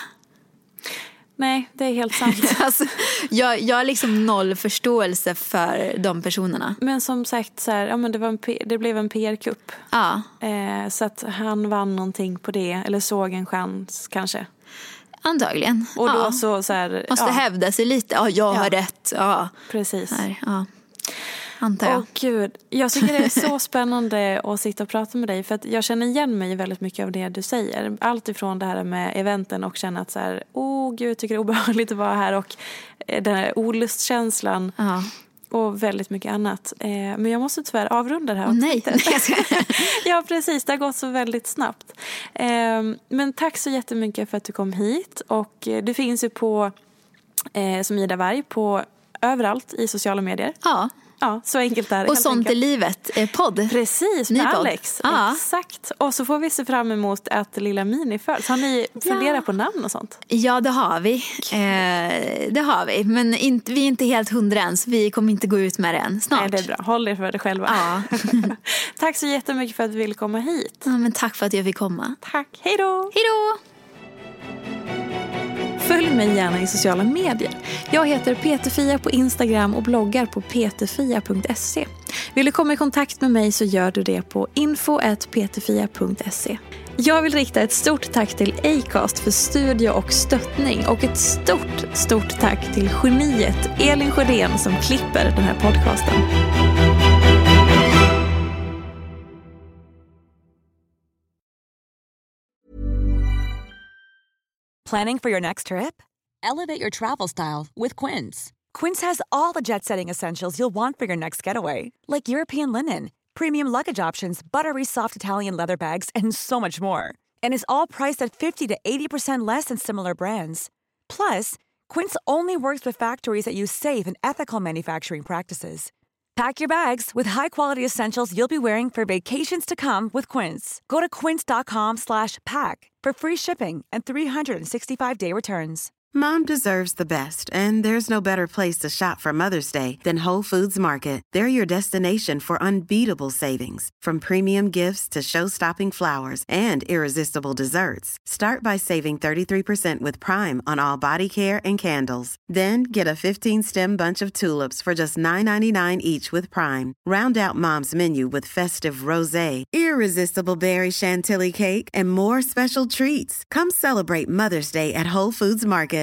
Nej, det är helt sant. alltså, jag, jag har liksom noll förståelse för de personerna. Men som sagt, så här, ja, men det, var en, det blev en P R-kupp. Ja. Eh, så att han vann någonting på det. Eller såg en chans, kanske. Antagligen. Och då ja. så, så här, måste ja. hävda sig lite. Ja, jag har ja. rätt. Ja. Precis. Här, ja. Antar jag. Åh Gud, jag tycker det är så spännande att sitta och prata med dig, för att jag känner igen mig väldigt mycket av det du säger. Allt ifrån det här med eventen och känna att så här, åh Gud, jag tycker det är obehagligt att vara här, och den här olustkänslan uh-huh. och väldigt mycket annat. Men jag måste tyvärr avrunda det här. Oh, nej. Ja, precis. Det har gått så väldigt snabbt. Men tack så jättemycket för att du kom hit, och du finns ju på som Ida Warg på överallt i sociala medier. Ja. Ja, så enkelt där. Och Sånt enkelt. Är livet, eh, podd. Precis, med Alex. Ja. Exakt. Och så får vi se fram emot att Lilla Mini följs. Har ni funderat ja. på namn och sånt? Ja, det har vi. Eh, det har vi. Men inte, vi är inte helt hundra än, så vi kommer inte gå ut med det än. Snart. Nej, det är bra. Håll er för det själva. Ja. Tack så jättemycket för att du ville komma hit. Ja, men tack för att jag fick komma. Tack. Hej då! Hej då! Följ mig gärna i sociala medier. Jag heter Peterfia på Instagram och bloggar på peterfia punkt se. Vill du komma i kontakt med mig så gör du det på info at peterfia punkt se. Jag vill rikta ett stort tack till Acast för studio och stöttning, och ett stort, stort tack till geniet Elin Sjödén som klipper den här podcasten. Planning for your next trip? Elevate your travel style with Quince. Quince has all the jet-setting essentials you'll want for your next getaway, like European linen, premium luggage options, buttery soft Italian leather bags, and so much more. And is all priced at fifty to eighty percent less than similar brands. Plus, Quince only works with factories that use safe and ethical manufacturing practices. Pack your bags with high-quality essentials you'll be wearing for vacations to come with Quince. Go to quince dot com slash pack for free shipping and three hundred sixty-five day returns. Mom deserves the best, and there's no better place to shop for Mother's Day than Whole Foods Market. They're your destination for unbeatable savings, from premium gifts to show-stopping flowers and irresistible desserts. Start by saving thirty-three percent with Prime on all body care and candles. Then get a fifteen-stem bunch of tulips for just nine ninety-nine each with Prime. Round out Mom's menu with festive rosé, irresistible berry chantilly cake, and more special treats. Come celebrate Mother's Day at Whole Foods Market.